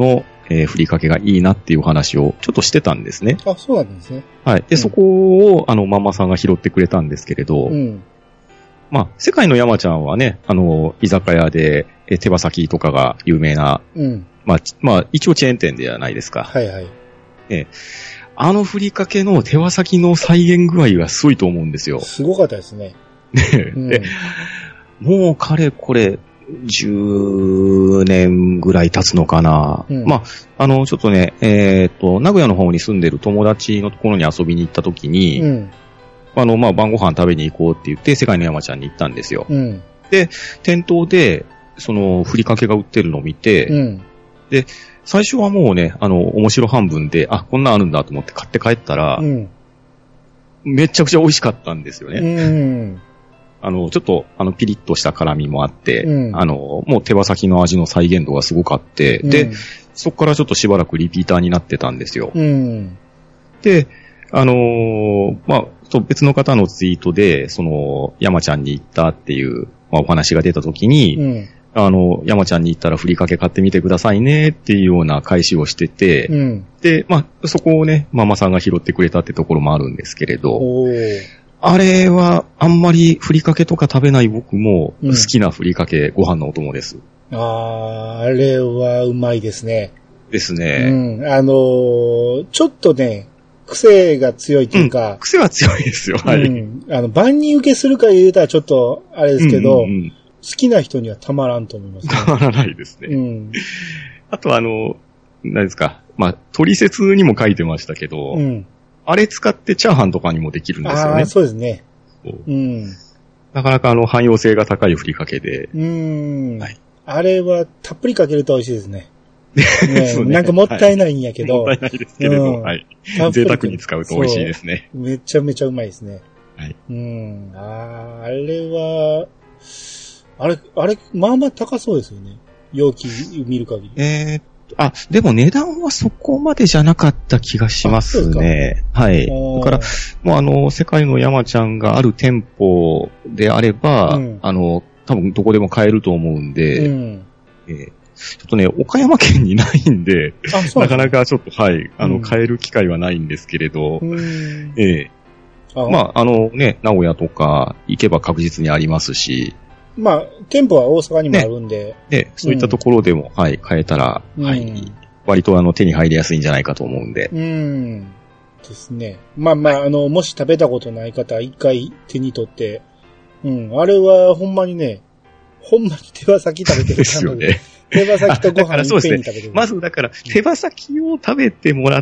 えー、ふりかけがいいなっていう話をちょっとしてたんですね。 あ、そうなんですね。 はい。で、うん、そこを、あの、ママさんが拾ってくれたんですけれど、うん、まあ、世界の山ちゃんはね、あの、居酒屋で、え手羽先とかが有名な、うん、まあ、まあ、一応チェーン店ではないですか。 はいはい。 ね、あのふりかけの手羽先の再現具合がすごいと思うんですよ。 すごかったですね。 ね、うん、で、もうかれこれ、じゅうねんぐらい経つのかな。うん、まあ、あの、ちょっとね、えっと、名古屋の方に住んでる友達のところに遊びに行った時に、うん、あの、まあ、晩ご飯食べに行こうって言って、世界の山ちゃんに行ったんですよ。うん、で、店頭で、その、ふりかけが売ってるのを見て、うん、で、最初はもうね、あの、面白半分で、あ、こんなんあるんだと思って買って帰ったら、うん、めちゃくちゃ美味しかったんですよね。うんあの、ちょっと、あの、ピリッとした辛みもあって、うん、あの、もう手羽先の味の再現度がすごくあって、うん、で、そこからちょっとしばらくリピーターになってたんですよ。うん、で、あのー、まあ、そう別の方のツイートで、その、山ちゃんに行ったっていう、まあ、お話が出た時に、うん、あの、山ちゃんに行ったらふりかけ買ってみてくださいねっていうような返しをしてて、うん、で、まあ、そこをね、ママさんが拾ってくれたってところもあるんですけれど、あれは、あんまりふりかけとか食べない僕も好きなふりかけ、うん、ご飯のお供です。 ああ、あれはうまいですね。 ですね。 うん。あのー、ちょっとね、癖が強いというか、 うん。癖は強いですよ、はい。うん。あの、万人受けするか言うたらちょっと、あれですけど、うんうんうん、好きな人にはたまらんと思いますね。 たまらないですね。うん。あとあの、何ですか、まあ、取説にも書いてましたけど、うん。あれ使ってチャーハンとかにもできるんですよね。 ああ、そうですね。う。うん。 なかなかあの汎用性が高いふりかけで。 うん。はい。あれはたっぷりかけると美味しいですね。ねねなんかもったいないんやけど。 はい、もったいないですけれど、うん、はい。贅沢に使うと美味しいですね。 めちゃめちゃうまいですね。 はい。 うん。ああ、あれは、あれ、あれ、まあまあ高そうですよね。容器見る限り。 えーあ、でも値段はそこまでじゃなかった気がしますね。はい。だから、もうあの、世界の山ちゃんがある店舗であれば、うん、あの、多分どこでも買えると思うんで、うんえー、ちょっとね、岡山県にないんで、なかなかちょっと、はい、あの、うん、買える機会はないんですけれど、うん、えー、あまあ、あのね、名古屋とか行けば確実にありますし、 まあ、店舗は大阪にもあるんで。 ね、で、そういったところでも、うん、はい、買えたら、うん、はい、割とあの手に入りやすいんじゃないかと思うんで。 うん。ですね。まあまあ、あの、もし食べたことない方、一回手に取って、うん、あれはほんまにね、ほんまに手羽先食べてるですよね。 手羽先とご飯一遍に食べてる。 ね、まずだから、手羽先を食べてもらって、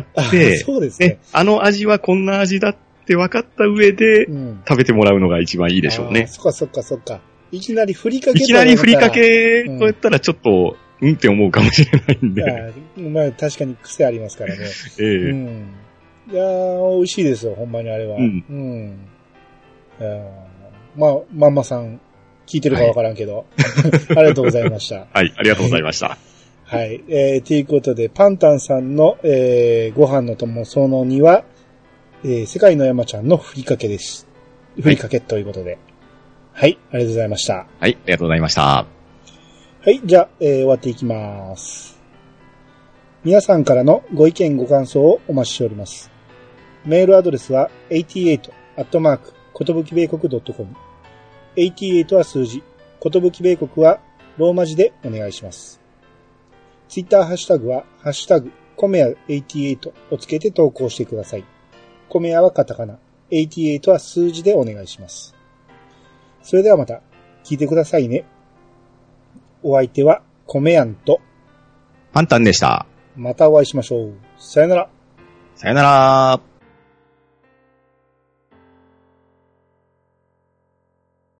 そうですね、 ね。あの味はこんな味だって分かった上で、食べてもらうのが一番いいでしょうね。うん、 そっかそっかそっか。いきなりふりかけいきなりふりかけと言ったらちょっと、うん、うんって思うかもしれないんで。 あまあ確かに癖ありますからね。ええーうん。いやー、美味しいですよ、ほんまにあれは。うん。うん、まあ、ママさん、聞いてるかわからんけど、はい、ありがとうございました。 はい、ありがとうございました。 はい。えー、ということで、パンタンさんの、えー、ご飯の友そのには、えー、世界の山ちゃんのふりかけです。ふりかけということで。はいはい、ありがとうございました。はい、 ありがとうございました。はい、じゃあ、えー、終わっていきます。皆さんからのご意見ご感想をお待ちしております。メールアドレスは はちじゅうはち アットマーク、ことぶき米国 .com。はちじゅうはちは数字、ことぶき米国はローマ字でお願いします。ツイッターハッシュタグは、ハッシュタグ、コメヤはちじゅうはちをつけて投稿してください。コメヤはカタカナ、はちじゅうはちは数字でお願いします。それではまた、聞いてくださいね。お相手は、コメヤンと、 パンタンでした。 またお会いしましょう。さよなら。 さよなら。